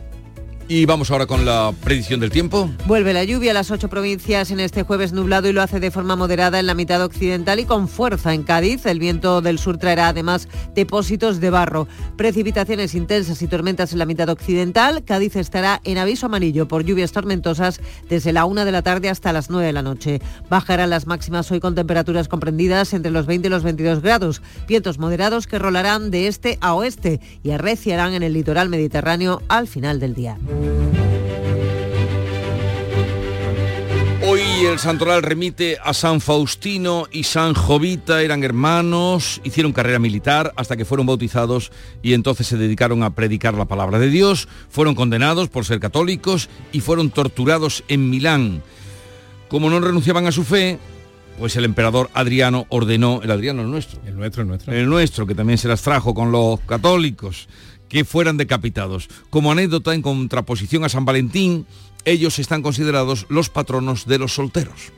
Y vamos ahora con la predicción del tiempo. Vuelve la lluvia a las 8 provincias en este jueves nublado y lo hace de forma moderada en la mitad occidental y con fuerza en Cádiz. El viento del sur traerá además depósitos de barro. Precipitaciones intensas y tormentas en la mitad occidental. Cádiz estará en aviso amarillo por lluvias tormentosas desde la 1 de la tarde hasta las 9 de la noche. Bajarán las máximas hoy con temperaturas comprendidas entre los 20 y los 22 grados. Vientos moderados que rolarán de este a oeste y arreciarán en el litoral mediterráneo al final del día. Hoy el santoral remite a San Faustino y San Jovita. Eran hermanos, hicieron carrera militar hasta que fueron bautizados y entonces se dedicaron a predicar la palabra de Dios. Fueron condenados por ser católicos y fueron torturados en Milán. Como no renunciaban a su fe, pues el emperador Adriano ordenó, el Adriano el nuestro. El nuestro, que también se las trajo con los católicos, que fueran decapitados. Como anécdota, en contraposición a San Valentín, ellos están considerados los patronos de los solteros.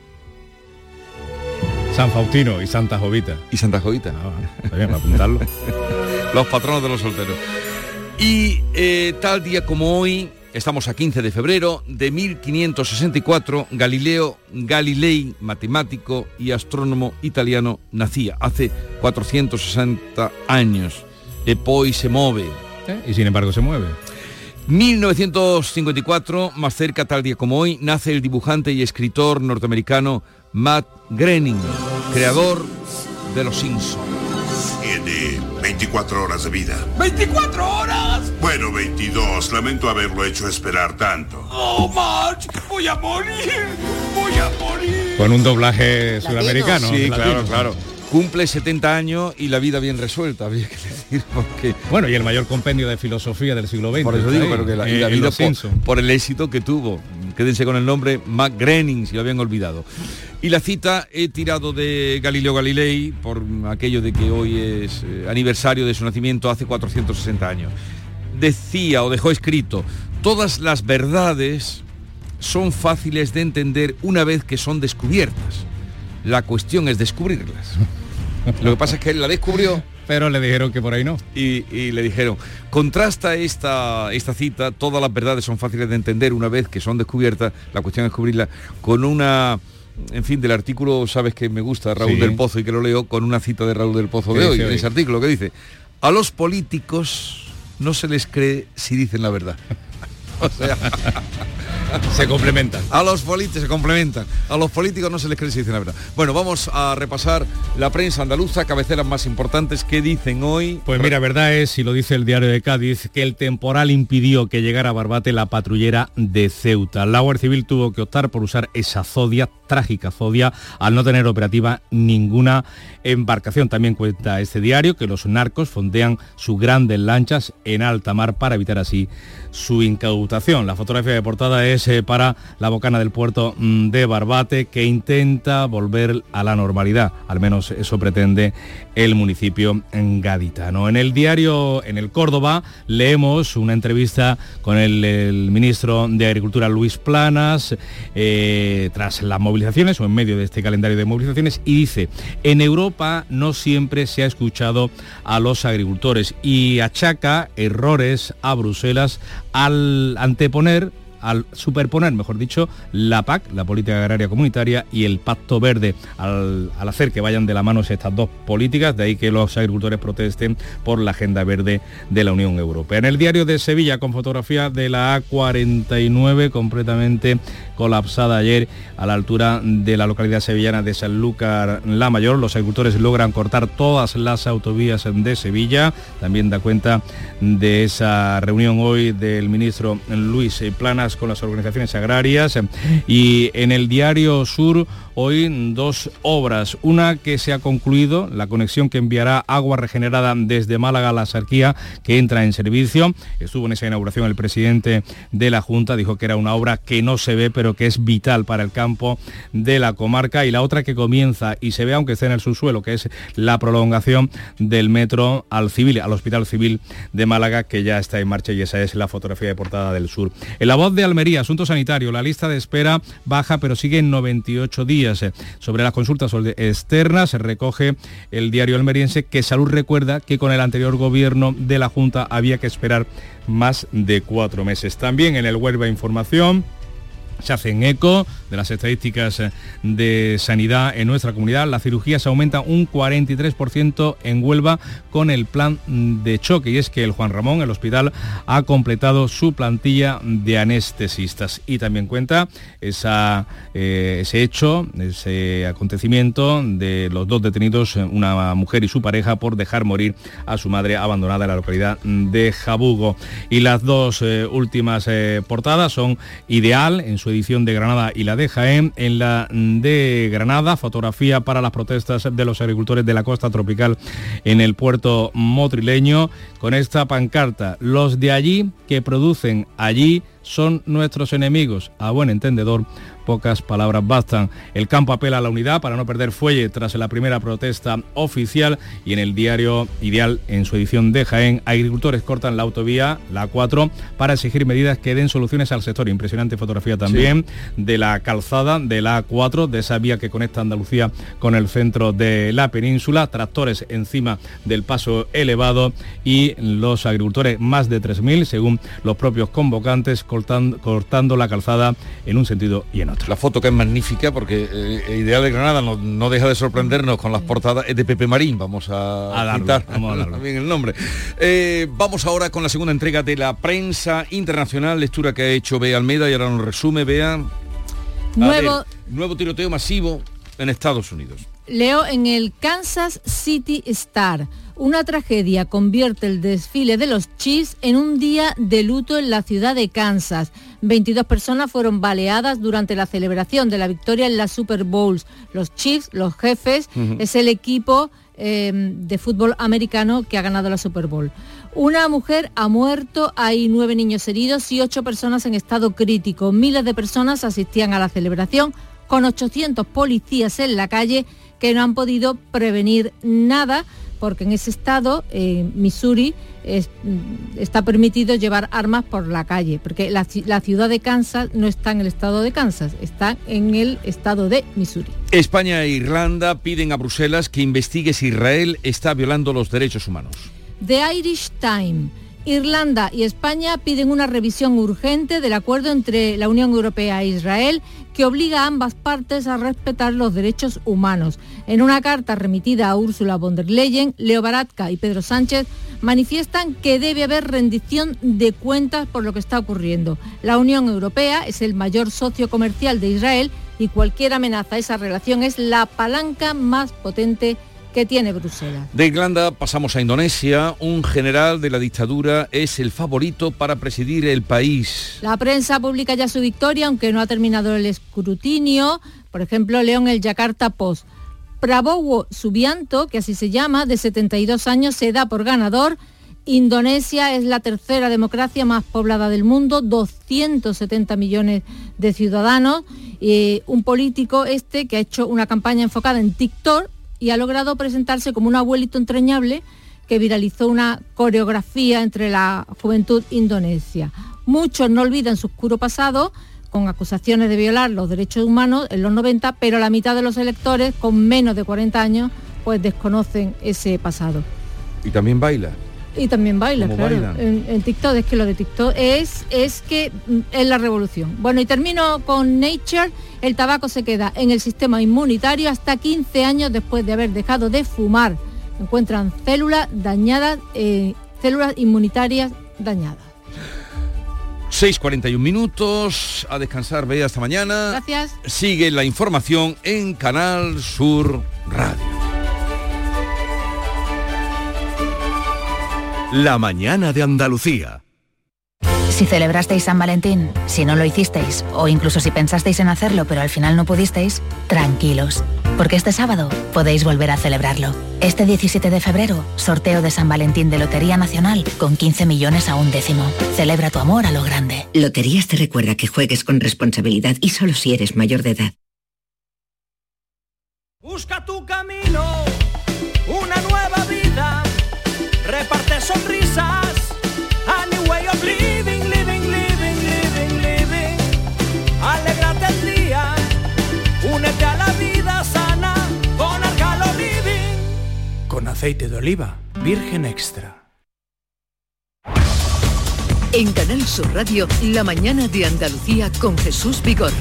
San Faustino y Santa Jovita. Y Santa Jovita. Está bien, para apuntarlo. Los patronos de los solteros. Y tal día como hoy, estamos a 15 de febrero de 1564, Galileo Galilei, matemático y astrónomo italiano, nacía hace 460 años. E poi se muove. Y sin embargo se mueve. 1954, más cerca tal día como hoy, nace el dibujante y escritor norteamericano Matt Groening, creador de Los Simpsons. Tiene 24 horas de vida. ¡24 horas! Bueno, 22. Lamento haberlo hecho esperar tanto. ¡Oh, Marge! ¡Voy a morir! ¡Voy a morir! Con un doblaje sudamericano. Sí, latino. claro. Cumple 70 años y la vida bien resuelta, había que decir, porque... Bueno, y el mayor compendio de filosofía del siglo XX. Por eso digo, pero que la vida por el éxito que tuvo. Quédense con el nombre Matt Groening, si lo habían olvidado. Y la cita he tirado de Galileo Galilei, por aquello de que hoy es aniversario de su nacimiento hace 460 años. Decía o dejó escrito, todas las verdades son fáciles de entender una vez que son descubiertas. La cuestión es descubrirlas. Lo que pasa es que él la descubrió, pero le dijeron que por ahí no. Y le dijeron, contrasta esta cita, todas las verdades son fáciles de entender una vez que son descubiertas, la cuestión es descubrirlas, con una, en fin, del artículo, sabes que me gusta, Raúl del Pozo, y que lo leo, con una cita de Raúl del Pozo de hoy, en ese artículo que dice, a los políticos no se les cree si dicen la verdad. O sea... se complementan. A los políticos se complementan. A los políticos no se les cree si dicen la verdad. Bueno, vamos a repasar la prensa andaluza, cabeceras más importantes que dicen hoy. Pues mira, verdad es, y lo dice el Diario de Cádiz, que el temporal impidió que llegara a Barbate la patrullera de Ceuta. La Guardia Civil tuvo que optar por usar esa zodia, trágica zodia, al no tener operativa ninguna embarcación. También cuenta este diario que los narcos fondean sus grandes lanchas en alta mar para evitar así su incautación. La fotografía de portada es para la bocana del puerto de Barbate, que intenta volver a la normalidad, al menos eso pretende el municipio gaditano. En el diario, en el Córdoba, leemos una entrevista con el ministro de Agricultura, Luis Planas, tras las movilizaciones o en medio de este calendario de movilizaciones, y dice, en Europa no siempre se ha escuchado a los agricultores, y achaca errores a Bruselas al superponer, mejor dicho, la PAC, la Política Agraria Comunitaria, y el Pacto Verde, al hacer que vayan de la mano estas dos políticas, de ahí que los agricultores protesten por la Agenda Verde de la Unión Europea. En el diario de Sevilla, con fotografía de la A49, completamente colapsada ayer a la altura de la localidad sevillana de Sanlúcar la Mayor, los agricultores logran cortar todas las autovías de Sevilla. También da cuenta de esa reunión hoy del ministro Luis Planas con las organizaciones agrarias. Y en el diario Sur hoy dos obras, una que se ha concluido, la conexión que enviará agua regenerada desde Málaga a la Sarquía, que entra en servicio. Estuvo en esa inauguración el presidente de la Junta, dijo que era una obra que no se ve pero que es vital para el campo de la comarca. Y la otra que comienza y se ve aunque esté en el subsuelo, que es la prolongación del metro al Hospital Civil de Málaga, que ya está en marcha, y esa es la fotografía de portada del Sur. En La Voz de Almería, asunto sanitario, la lista de espera baja pero sigue en 98 días. Sobre las consultas externas recoge el diario almeriense que Salud recuerda que con el anterior gobierno de la Junta había que esperar más de 4 meses. También en el Huelva Información se hacen eco de las estadísticas de sanidad en nuestra comunidad. Las cirugías aumentan un 43% en Huelva con el plan de choque, y es que el Juan Ramón, el hospital, ha completado su plantilla de anestesistas. Y también cuenta ese hecho, ese acontecimiento de los dos detenidos, una mujer y su pareja, por dejar morir a su madre abandonada en la localidad de Jabugo. Y las dos últimas portadas son Ideal en su edición de Granada y la de Jaén. En la de Granada, fotografía para las protestas de los agricultores de la costa tropical en el puerto motrileño, con esta pancarta: los de allí que producen allí son nuestros enemigos. A buen entendedor, pocas palabras bastan. El campo apela a la unidad para no perder fuelle tras la primera protesta oficial. Y en el diario Ideal, en su edición de Jaén, agricultores cortan la autovía, la A4, para exigir medidas que den soluciones al sector. Impresionante fotografía también de la calzada de la A4, de esa vía que conecta Andalucía con el centro de la península. Tractores encima del paso elevado, y los agricultores, más de 3.000, según los propios convocantes, cortando la calzada en un sentido y en otro. La foto, que es magnífica, porque Ideal de Granada no deja de sorprendernos con las portadas, es de Pepe Marín. Vamos a quitar también el nombre. Vamos ahora con la segunda entrega de la prensa internacional, lectura que ha hecho Bea Almeida, y ahora nos resume, Bea. Nuevo tiroteo masivo en Estados Unidos. Leo en el Kansas City Star. Una tragedia convierte el desfile de los Chiefs en un día de luto en la ciudad de Kansas. 22 personas fueron baleadas durante la celebración de la victoria en la Super Bowls. Los Chiefs, los jefes, es el equipo de fútbol americano que ha ganado la Super Bowl. Una mujer ha muerto, hay 9 niños heridos y 8 personas en estado crítico. Miles de personas asistían a la celebración con 800 policías en la calle que no han podido prevenir nada, porque en ese estado, Missouri, está permitido llevar armas por la calle, porque la ciudad de Kansas no está en el estado de Kansas, está en el estado de Missouri. España e Irlanda piden a Bruselas que investigue si Israel está violando los derechos humanos. The Irish Times. Irlanda y España piden una revisión urgente del acuerdo entre la Unión Europea e Israel que obliga a ambas partes a respetar los derechos humanos. En una carta remitida a Ursula von der Leyen, Leo Varadkar y Pedro Sánchez manifiestan que debe haber rendición de cuentas por lo que está ocurriendo. La Unión Europea es el mayor socio comercial de Israel y cualquier amenaza a esa relación es la palanca más potente que tiene Bruselas. De Irlanda pasamos a Indonesia. Un general de la dictadura es el favorito para presidir el país. La prensa publica ya su victoria, aunque no ha terminado el escrutinio. Por ejemplo, leo en el Jakarta Post. Prabowo Subianto, que así se llama, de 72 años, se da por ganador. Indonesia es la tercera democracia más poblada del mundo, 270 millones de ciudadanos. Un político que ha hecho una campaña enfocada en TikTok y ha logrado presentarse como un abuelito entrañable que viralizó una coreografía entre la juventud indonesia. Muchos no olvidan su oscuro pasado, con acusaciones de violar los derechos humanos en los 90, pero la mitad de los electores, con menos de 40 años, pues desconocen ese pasado. Y también baila. Y también baila, claro. En TikTok, es que lo de TikTok es la revolución. Bueno, y termino con Nature. El tabaco se queda en el sistema inmunitario hasta 15 años después de haber dejado de fumar. Encuentran células dañadas, células inmunitarias dañadas. 6:41 minutos. A descansar, Bea, hasta mañana. Gracias. Sigue la información en Canal Sur Radio. La mañana de Andalucía. Si celebrasteis San Valentín, si no lo hicisteis, o incluso si pensasteis en hacerlo pero al final no pudisteis, tranquilos, porque este sábado podéis volver a celebrarlo. Este 17 de febrero, sorteo de San Valentín de Lotería Nacional con 15 millones a un décimo. Celebra tu amor a lo grande. Loterías te recuerda que juegues con responsabilidad y solo si eres mayor de edad. Busca tu camino, una nueva vida, reparte sonrisas, a new way of living, living, living, living, living. Alégrate el día, únete a la vida sana con Arcalo Living. Con aceite de oliva, virgen extra. En Canal Sur Radio, la mañana de Andalucía con Jesús Vigorra.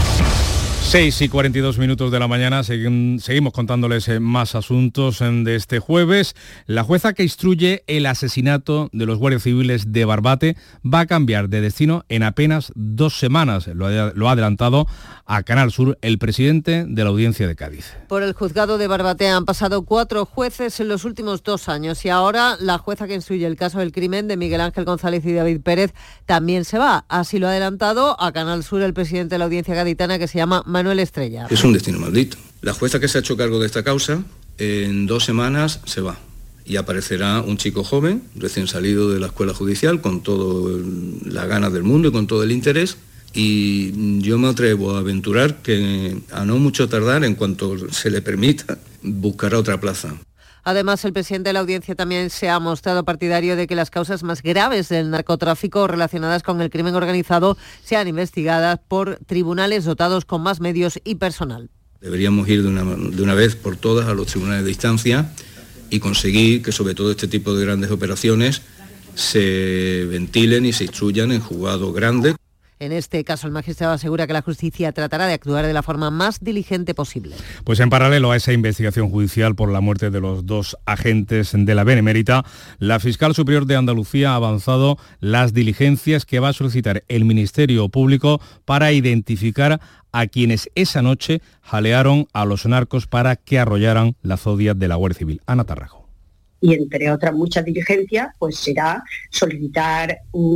6:42 minutos de la mañana, seguimos contándoles más asuntos de este jueves. La jueza que instruye el asesinato de los guardias civiles de Barbate va a cambiar de destino en apenas 2 semanas. Lo ha adelantado a Canal Sur el presidente de la Audiencia de Cádiz. Por el juzgado de Barbate han pasado 4 jueces en los últimos 2 años y ahora la jueza que instruye el caso del crimen de Miguel Ángel González y David Pérez también se va. Así lo ha adelantado a Canal Sur el presidente de la Audiencia gaditana, que se llama Manuel Estrella. Es un destino maldito. La jueza que se ha hecho cargo de esta causa en 2 semanas se va y aparecerá un chico joven, recién salido de la escuela judicial, con todas las ganas del mundo y con todo el interés. Y yo me atrevo a aventurar que a no mucho tardar, en cuanto se le permita, buscará otra plaza. Además, el presidente de la Audiencia también se ha mostrado partidario de que las causas más graves del narcotráfico relacionadas con el crimen organizado sean investigadas por tribunales dotados con más medios y personal. Deberíamos ir de una vez por todas a los tribunales de instancia y conseguir que sobre todo este tipo de grandes operaciones se ventilen y se instruyan en juzgados grandes. En este caso, el magistrado asegura que la justicia tratará de actuar de la forma más diligente posible. Pues en paralelo a esa investigación judicial por la muerte de los 2 agentes de la Benemérita, la fiscal superior de Andalucía ha avanzado las diligencias que va a solicitar el Ministerio Público para identificar a quienes esa noche jalearon a los narcos para que arrollaran la Zodiac de la Guardia Civil. Ana Tarrajo. Y entre otras muchas diligencias, pues será solicitar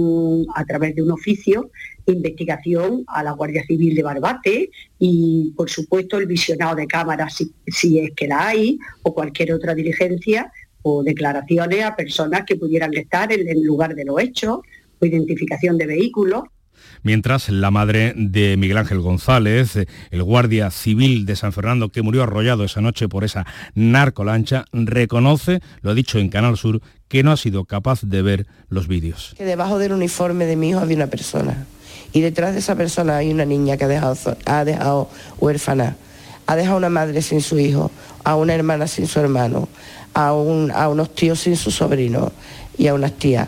a través de un oficio investigación a la Guardia Civil de Barbate y, por supuesto, el visionado de cámaras si es que la hay, o cualquier otra diligencia o declaraciones a personas que pudieran estar en el lugar de los hechos, o identificación de vehículos. Mientras, la madre de Miguel Ángel González, el guardia civil de San Fernando que murió arrollado esa noche por esa narcolancha, reconoce, lo ha dicho en Canal Sur, que no ha sido capaz de ver los vídeos. Que debajo del uniforme de mi hijo había una persona y detrás de esa persona hay una niña que ha dejado huérfana, ha dejado una madre sin su hijo, a una hermana sin su hermano, a unos tíos sin su sobrino y a unas tías.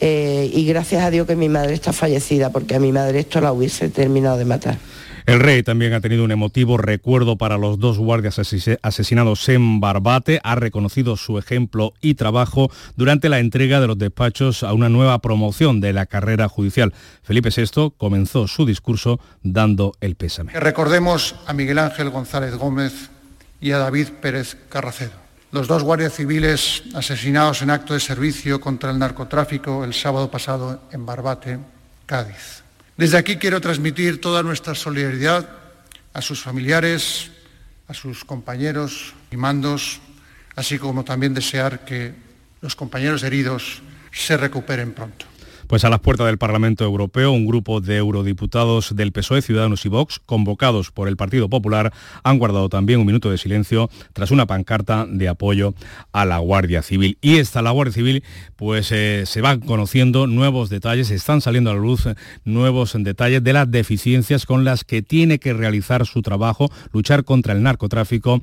Y gracias a Dios que mi madre está fallecida, porque a mi madre esto la hubiese terminado de matar. El rey también ha tenido un emotivo recuerdo para los 2 guardias asesinados en Barbate. Ha reconocido su ejemplo y trabajo durante la entrega de los despachos a una nueva promoción de la carrera judicial. Felipe VI comenzó su discurso dando el pésame. Recordemos a Miguel Ángel González Gómez y a David Pérez Carracedo, los 2 guardias civiles asesinados en acto de servicio contra el narcotráfico el sábado pasado en Barbate, Cádiz. Desde aquí quiero transmitir toda nuestra solidaridad a sus familiares, a sus compañeros y mandos, así como también desear que los compañeros heridos se recuperen pronto. Pues a las puertas del Parlamento Europeo, un grupo de eurodiputados del PSOE, Ciudadanos y Vox, convocados por el Partido Popular, han guardado también un minuto de silencio tras una pancarta de apoyo a la Guardia Civil. Y la Guardia Civil, pues se van conociendo nuevos detalles, están saliendo a la luz nuevos detalles de las deficiencias con las que tiene que realizar su trabajo, luchar contra el narcotráfico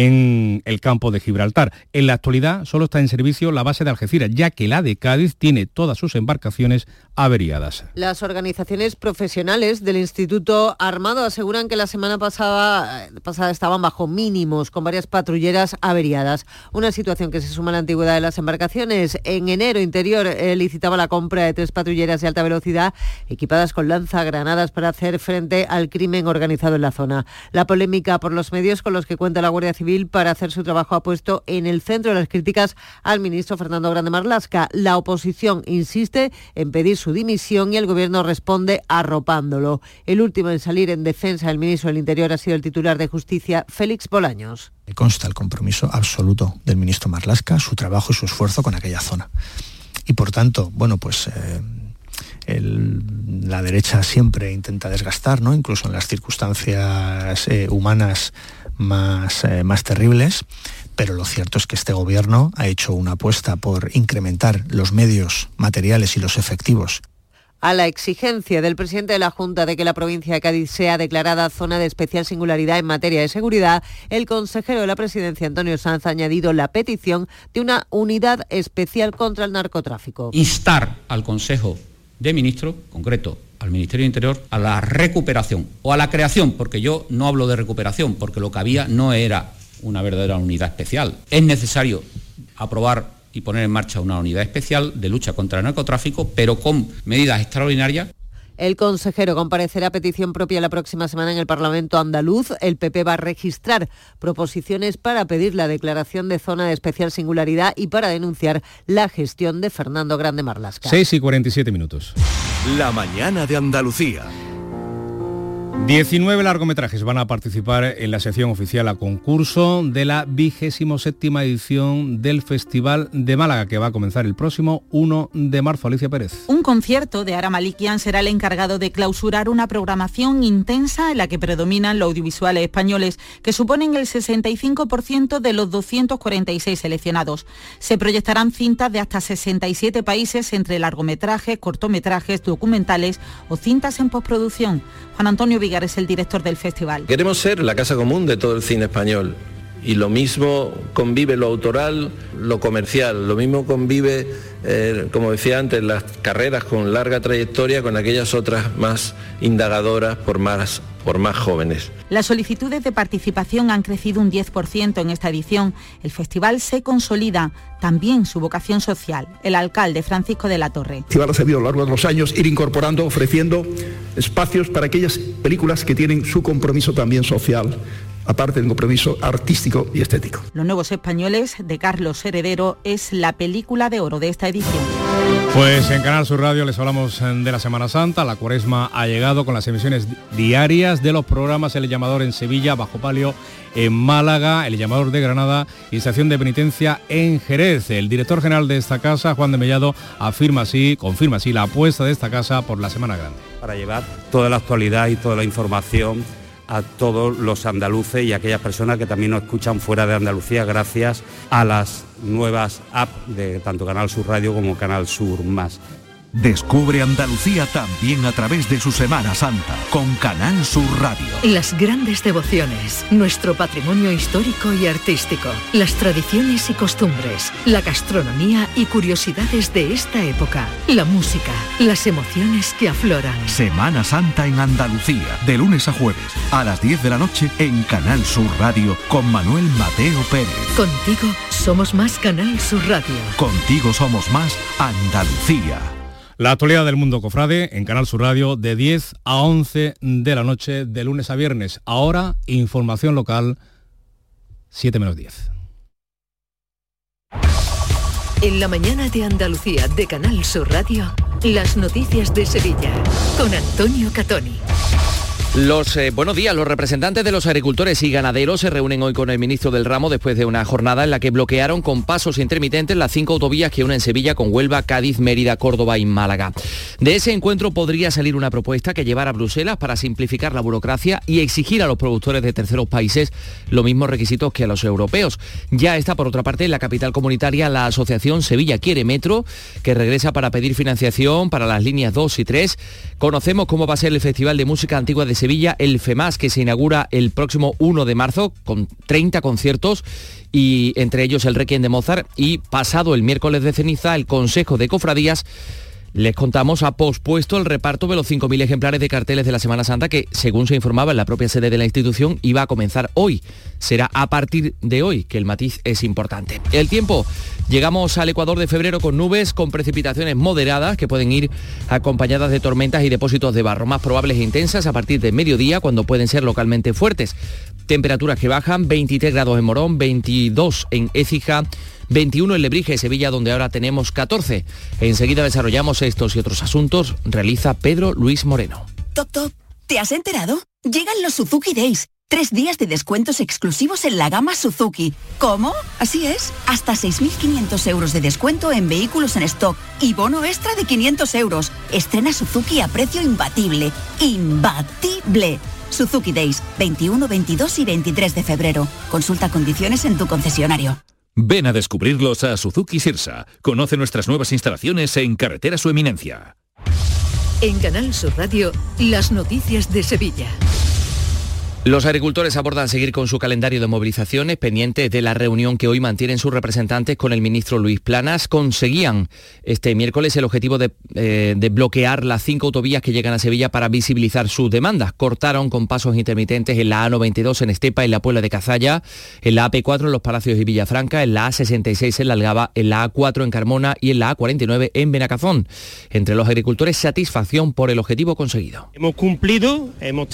en el campo de Gibraltar. En la actualidad solo está en servicio la base de Algeciras, ya que la de Cádiz tiene todas sus embarcaciones averiadas. Las organizaciones profesionales del Instituto Armado aseguran que la semana pasada estaban bajo mínimos, con varias patrulleras averiadas. Una situación que se suma a la antigüedad de las embarcaciones. En enero Interior licitaba la compra de 3 patrulleras de alta velocidad equipadas con lanzagranadas para hacer frente al crimen organizado en la zona. La polémica por los medios con los que cuenta la Guardia Civil para hacer su trabajo ha puesto en el centro de las críticas al ministro Fernando Grande Marlaska. La oposición insiste en pedir su dimisión y el gobierno responde arropándolo. El último en salir en defensa del ministro del Interior ha sido el titular de Justicia, Félix Bolaños. Me consta el compromiso absoluto del ministro Marlaska, su trabajo y su esfuerzo con aquella zona. Y por tanto, la derecha siempre intenta desgastar, ¿no? Incluso en las circunstancias humanas más terribles. Pero lo cierto es que este gobierno ha hecho una apuesta por incrementar los medios materiales y los efectivos. A la exigencia del presidente de la Junta de que la provincia de Cádiz sea declarada zona de especial singularidad en materia de seguridad, el consejero de la presidencia, Antonio Sanz, ha añadido la petición de una unidad especial contra el narcotráfico. Instar al Consejo de Ministros, concreto al Ministerio de Interior, a la recuperación o a la creación, porque yo no hablo de recuperación, porque lo que había no era una verdadera unidad especial. Es necesario aprobar y poner en marcha una unidad especial de lucha contra el narcotráfico, pero con medidas extraordinarias. El consejero comparecerá a petición propia la próxima semana en el Parlamento andaluz. El PP va a registrar proposiciones para pedir la declaración de zona de especial singularidad y para denunciar la gestión de Fernando Grande Marlaska. 6:47. La mañana de Andalucía. 19 largometrajes van a participar en la sección oficial a concurso de la 27ª edición del Festival de Málaga, que va a comenzar el próximo 1 de marzo. Alicia Pérez. Un concierto de Ara Malikian será el encargado de clausurar una programación intensa en la que predominan los audiovisuales españoles, que suponen el 65% de los 246 seleccionados. Se proyectarán cintas de hasta 67 países entre largometrajes, cortometrajes, documentales o cintas en postproducción. Juan Antonio Vigar es el director del festival. Queremos ser la casa común de todo el cine español Y lo mismo convive lo autoral, lo comercial, lo mismo convive, como decía antes, las carreras con larga trayectoria con aquellas otras más indagadoras por más jóvenes. Las solicitudes de participación han crecido un 10% en esta edición. El festival se consolida también su vocación social. El alcalde Francisco de la Torre. El festival ha sabido a lo largo de los años ir incorporando, ofreciendo espacios para aquellas películas que tienen su compromiso también social, aparte del compromiso artístico y estético. Los Nuevos Españoles, de Carlos Heredero, es la película de oro de esta edición. Pues en Canal Sur Radio les hablamos de la Semana Santa. La Cuaresma ha llegado con las emisiones diarias de los programas El Llamador en Sevilla, Bajo Palio en Málaga, El Llamador de Granada y Estación de Penitencia en Jerez. El director general de esta casa, Juan de Mellado, confirma así la apuesta de esta casa por la Semana Grande. Para llevar toda la actualidad y toda la información a todos los andaluces y a aquellas personas que también nos escuchan fuera de Andalucía gracias a las nuevas apps de tanto Canal Sur Radio como Canal Sur Más. Descubre Andalucía también a través de su Semana Santa con Canal Sur Radio. Las grandes devociones, nuestro patrimonio histórico y artístico, las tradiciones y costumbres, la gastronomía y curiosidades de esta época, la música, las emociones que afloran. Semana Santa en Andalucía, de lunes a jueves, a las 10 de la noche en Canal Sur Radio con Manuel Mateo Pérez. Contigo somos más Canal Sur Radio. Contigo somos más Andalucía. La actualidad del mundo cofrade en Canal Sur Radio de 10 a 11 de la noche de lunes a viernes. Ahora, información local, 7 menos 10. En la mañana de Andalucía de Canal Sur Radio, las noticias de Sevilla con Antonio Catoni. Buenos días. Los representantes de los agricultores y ganaderos se reúnen hoy con el ministro del ramo después de una jornada en la que bloquearon con pasos intermitentes las 5 autovías que unen Sevilla con Huelva, Cádiz, Mérida, Córdoba y Málaga. De ese encuentro podría salir una propuesta que llevar a Bruselas para simplificar la burocracia y exigir a los productores de terceros países los mismos requisitos que a los europeos. Ya está, por otra parte, en la capital comunitaria la asociación Sevilla Quiere Metro, que regresa para pedir financiación para las líneas 2 y 3. Conocemos cómo va a ser el Festival de Música Antigua de Sevilla, el FEMAS, que se inaugura el próximo 1 de marzo con 30 conciertos y entre ellos el Requiem de Mozart, y pasado el miércoles de ceniza el Consejo de Cofradías, les contamos, ha pospuesto el reparto de los 5.000 ejemplares de carteles de la Semana Santa que, según se informaba en la propia sede de la institución, iba a comenzar hoy. Será a partir de hoy, que el matiz es importante. El tiempo. Llegamos al Ecuador de febrero con nubes, con precipitaciones moderadas que pueden ir acompañadas de tormentas y depósitos de barro, más probables e intensas a partir de mediodía, cuando pueden ser localmente fuertes. Temperaturas que bajan, 23 grados en Morón, 22 en Écija, 21 en Lebrija y Sevilla, donde ahora tenemos 14. Enseguida desarrollamos estos y otros asuntos. Realiza Pedro Luis Moreno. Top, ¿te has enterado? Llegan los Suzuki Days. 3 días de descuentos exclusivos en la gama Suzuki. ¿Cómo? Así es. Hasta 6.500 euros de descuento en vehículos en stock y bono extra de 500 euros. Estrena Suzuki a precio imbatible. ¡Imbatible! Suzuki Days, 21, 22 y 23 de febrero. Consulta condiciones en tu concesionario. Ven a descubrirlos a Suzuki Sirsa. Conoce nuestras nuevas instalaciones en Carretera Su Eminencia. En Canal Sur Radio, las noticias de Sevilla. Los agricultores abordan seguir con su calendario de movilizaciones, pendientes de la reunión que hoy mantienen sus representantes con el ministro Luis Planas. Conseguían este miércoles el objetivo de bloquear las 5 autovías que llegan a Sevilla para visibilizar sus demandas. Cortaron con pasos intermitentes en la A92 en Estepa, en la Puebla de Cazalla, en la AP4 en Los Palacios y Villafranca, en la A66 en La Algaba, en la A4 en Carmona y en la A49 en Benacazón. Entre los agricultores, satisfacción por el objetivo conseguido. Hemos cumplido,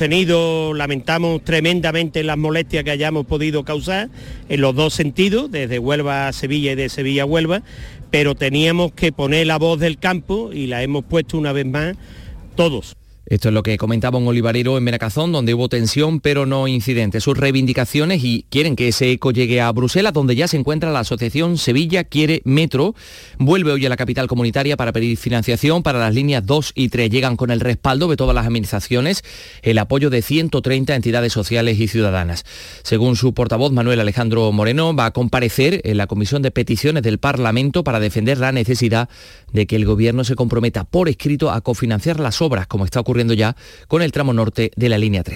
lamentamos tremendamente las molestias que hayamos podido causar en los dos sentidos, desde Huelva a Sevilla y de Sevilla a Huelva, pero teníamos que poner la voz del campo y la hemos puesto una vez más todos. Esto es lo que comentaba un olivarero en Benacazón, donde hubo tensión pero no incidentes. Sus reivindicaciones, y quieren que ese eco llegue a Bruselas, donde ya se encuentra la asociación Sevilla Quiere Metro. Vuelve hoy a la capital comunitaria para pedir financiación para las líneas 2 y 3. Llegan con el respaldo de todas las administraciones, el apoyo de 130 entidades sociales y ciudadanas. Según su portavoz, Manuel Alejandro Moreno, va a comparecer en la Comisión de Peticiones del Parlamento para defender la necesidad de que el Gobierno se comprometa por escrito a cofinanciar las obras, como está ocurriendo ya con el tramo norte de la línea 3.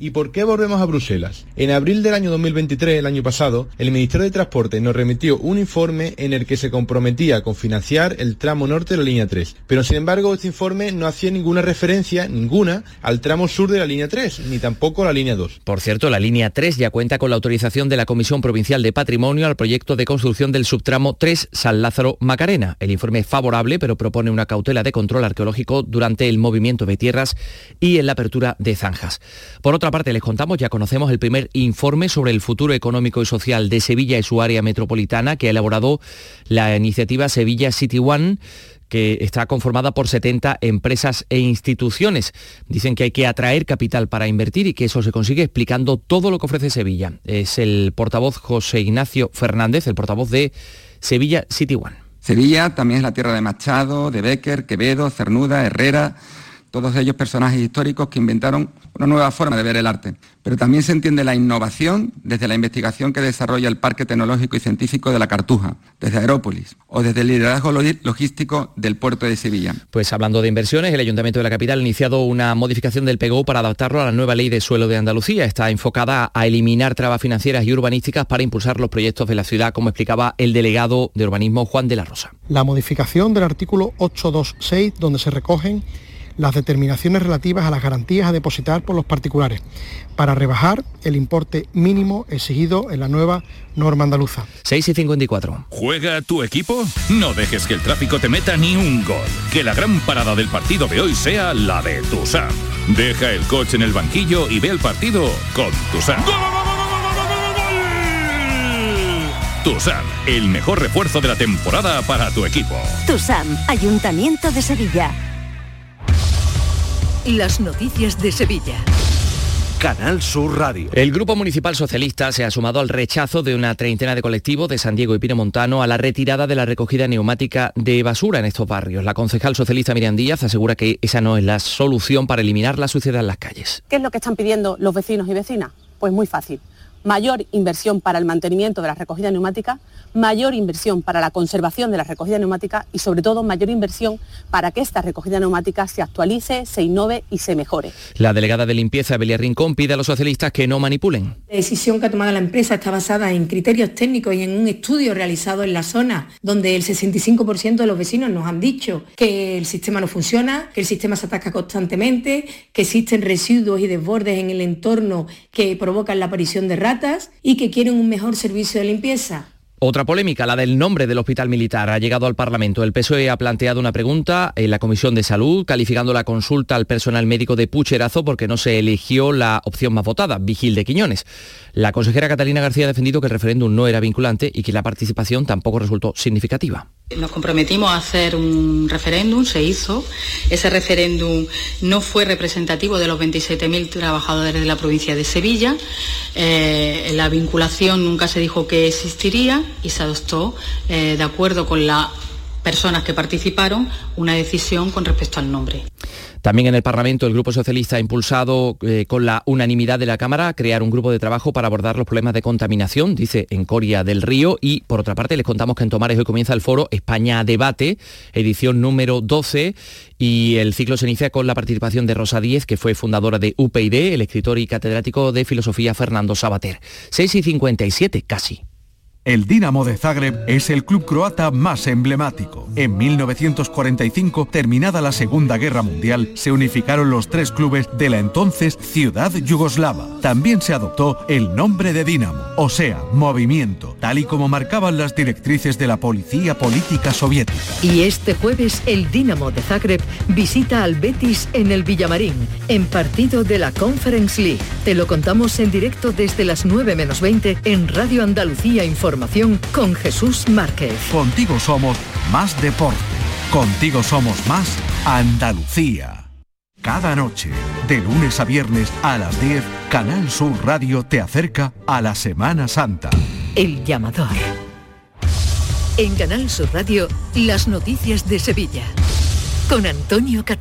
¿Y por qué volvemos a Bruselas? En abril del año 2023, el año pasado, el Ministerio de Transporte nos remitió un informe en el que se comprometía a cofinanciar el tramo norte de la línea 3. Pero sin embargo, este informe no hacía ninguna referencia, al tramo sur de la línea 3, ni tampoco a la línea 2. Por cierto, la línea 3 ya cuenta con la autorización de la Comisión Provincial de Patrimonio al proyecto de construcción del subtramo 3 San Lázaro-Macarena. El informe es favorable, pero propone una cautela de control arqueológico durante el movimiento de tierras y en la apertura de zanjas. Por otra parte, les contamos, ya conocemos el primer informe sobre el futuro económico y social de Sevilla y su área metropolitana que ha elaborado la iniciativa Sevilla City One, que está conformada por 70 empresas e instituciones. Dicen que hay que atraer capital para invertir y que eso se consigue explicando todo lo que ofrece Sevilla. Es el portavoz José Ignacio Fernández, el portavoz de Sevilla City One. Sevilla también es la tierra de Machado, de Bécquer, Quevedo, Cernuda, Herrera, todos ellos personajes históricos que inventaron una nueva forma de ver el arte. Pero también se entiende la innovación desde la investigación que desarrolla el Parque Tecnológico y Científico de la Cartuja, desde Aerópolis, o desde el liderazgo logístico del puerto de Sevilla. Pues hablando de inversiones, el Ayuntamiento de la capital ha iniciado una modificación del PGO para adaptarlo a la nueva Ley de Suelo de Andalucía. Está enfocada a eliminar trabas financieras y urbanísticas para impulsar los proyectos de la ciudad, como explicaba el delegado de urbanismo Juan de la Rosa. La modificación del artículo 826, donde se recogen las determinaciones relativas a las garantías a depositar por los particulares, para rebajar el importe mínimo exigido en la nueva norma andaluza. 6:54. ¿Juega tu equipo? No dejes que el tráfico te meta ni un gol. Que la gran parada del partido de hoy sea la de Tusam. Deja el coche en el banquillo y ve el partido con Tusam. Tusam, el mejor refuerzo de la temporada para tu equipo. Tusam, Ayuntamiento de Sevilla. Las noticias de Sevilla. Canal Sur Radio. El Grupo Municipal Socialista se ha sumado al rechazo de una treintena de colectivos de San Diego y Piedemontano a la retirada de la recogida neumática de basura en estos barrios. La concejal socialista Miriam Díaz asegura que esa no es la solución para eliminar la suciedad en las calles. ¿Qué es lo que están pidiendo los vecinos y vecinas? Pues muy fácil. Mayor inversión para el mantenimiento de la recogida neumática, mayor inversión para la conservación de la recogida neumática y sobre todo mayor inversión para que esta recogida neumática se actualice, se innove y se mejore. La delegada de limpieza, Belia Rincón, pide a los socialistas que no manipulen. La decisión que ha tomado la empresa está basada en criterios técnicos y en un estudio realizado en la zona donde el 65% de los vecinos nos han dicho que el sistema no funciona, que el sistema se atasca constantemente, que existen residuos y desbordes en el entorno que provocan la aparición de ratas y que quieren un mejor servicio de limpieza. Otra polémica, la del nombre del hospital militar, ha llegado al Parlamento. El PSOE ha planteado una pregunta en la Comisión de Salud, calificando la consulta al personal médico de pucherazo porque no se eligió la opción más votada, Vigil de Quiñones. La consejera Catalina García ha defendido que el referéndum no era vinculante y que la participación tampoco resultó significativa. Nos comprometimos a hacer un referéndum, se hizo. Ese referéndum no fue representativo de los 27.000 trabajadores de la provincia de Sevilla. La vinculación nunca se dijo que existiría y se adoptó, de acuerdo con las personas que participaron, una decisión con respecto al nombre. También en el Parlamento el Grupo Socialista ha impulsado con la unanimidad de la Cámara crear un grupo de trabajo para abordar los problemas de contaminación, dice, en Coria del Río. Y por otra parte les contamos que en Tomares hoy comienza el foro España Debate, edición número 12, y el ciclo se inicia con la participación de Rosa Díez, que fue fundadora de UPyD, el escritor y catedrático de filosofía Fernando Savater. 6:57 casi. El Dinamo de Zagreb es el club croata más emblemático. En 1945, terminada la Segunda Guerra Mundial, se unificaron los tres clubes de la entonces ciudad yugoslava. También se adoptó el nombre de Dinamo, o sea, movimiento, tal y como marcaban las directrices de la policía política soviética. Y este jueves el Dinamo de Zagreb visita al Betis en el Villamarín, en partido de la Conference League. Te lo contamos en directo desde las 9:20 en Radio Andalucía Información con Jesús Márquez. Contigo somos más deporte. Contigo somos más Andalucía. Cada noche, de lunes a viernes a las 10, Canal Sur Radio te acerca a la Semana Santa. El llamador. En Canal Sur Radio, las noticias de Sevilla. Con Antonio Catoni.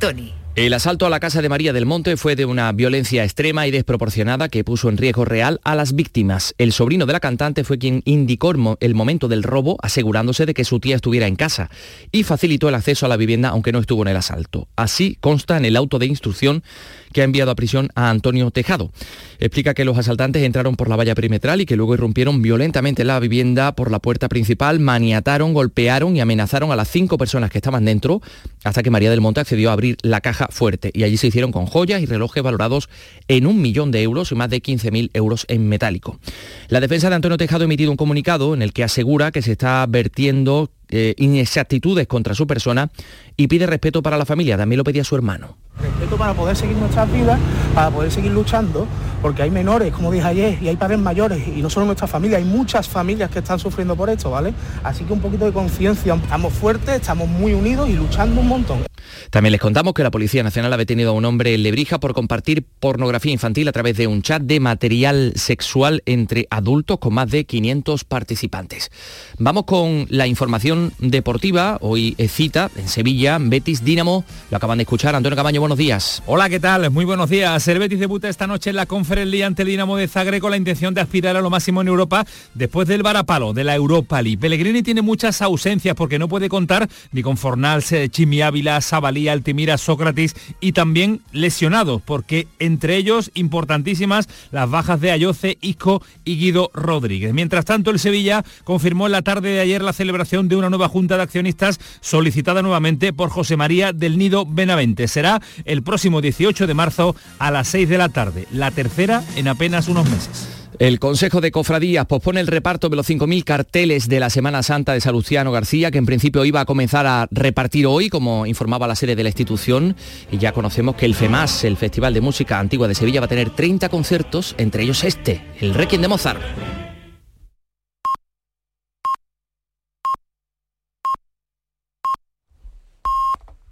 El asalto a la casa de María del Monte fue de una violencia extrema y desproporcionada que puso en riesgo real a las víctimas. El sobrino de la cantante fue quien indicó el momento del robo, asegurándose de que su tía estuviera en casa, y facilitó el acceso a la vivienda aunque no estuvo en el asalto. Así consta en el auto de instrucción que ha enviado a prisión a Antonio Tejado. Explica que los asaltantes entraron por la valla perimetral y que luego irrumpieron violentamente en la vivienda por la puerta principal, maniataron, golpearon y amenazaron a las 5 personas que estaban dentro, hasta que María del Monte accedió a abrir la caja fuerte, y allí se hicieron con joyas y relojes valorados en 1 millón de euros y más de 15.000 euros en metálico. La defensa de Antonio Tejado ha emitido un comunicado en el que asegura que se está vertiendo inexactitudes contra su persona y pide respeto para la familia. También lo pedía su hermano. Respeto para poder seguir nuestras vidas, para poder seguir luchando, porque hay menores, como dije ayer, y hay padres mayores, y no solo nuestra familia, hay muchas familias que están sufriendo por esto, ¿vale? Así que un poquito de conciencia, estamos fuertes, estamos muy unidos y luchando un montón. También les contamos que la Policía Nacional ha detenido a un hombre en Lebrija por compartir pornografía infantil a través de un chat de material sexual entre adultos con más de 500 participantes. Vamos con la información deportiva. Hoy cita en Sevilla, Betis Dinamo. Lo acaban de escuchar. Antonio Camaño, buenos días. Hola, ¿qué tal? Muy buenos días. El Betis debuta esta noche en la Conference League ante el Dinamo de Zagreb con la intención de aspirar a lo máximo en Europa después del varapalo de la Europa League. Pellegrini tiene muchas ausencias porque no puede contar ni con Fornals, Chimi Ávila, Sabalí, Altimira, Sócrates, y también lesionados, porque entre ellos importantísimas las bajas de Ayoce, Isco y Guido Rodríguez. Mientras tanto, el Sevilla confirmó en la tarde de ayer la celebración de una nueva junta de accionistas solicitada nuevamente por José María del Nido Benavente. Será el próximo 18 de marzo a las 6 de la tarde, la tercera en apenas unos meses. El Consejo de Cofradías pospone el reparto de los 5.000 carteles de la Semana Santa de Salustiano García, que en principio iba a comenzar a repartir hoy, como informaba la sede de la institución, y ya conocemos que el FEMAS, el Festival de Música Antigua de Sevilla, va a tener 30 conciertos, entre ellos este, el Requiem de Mozart.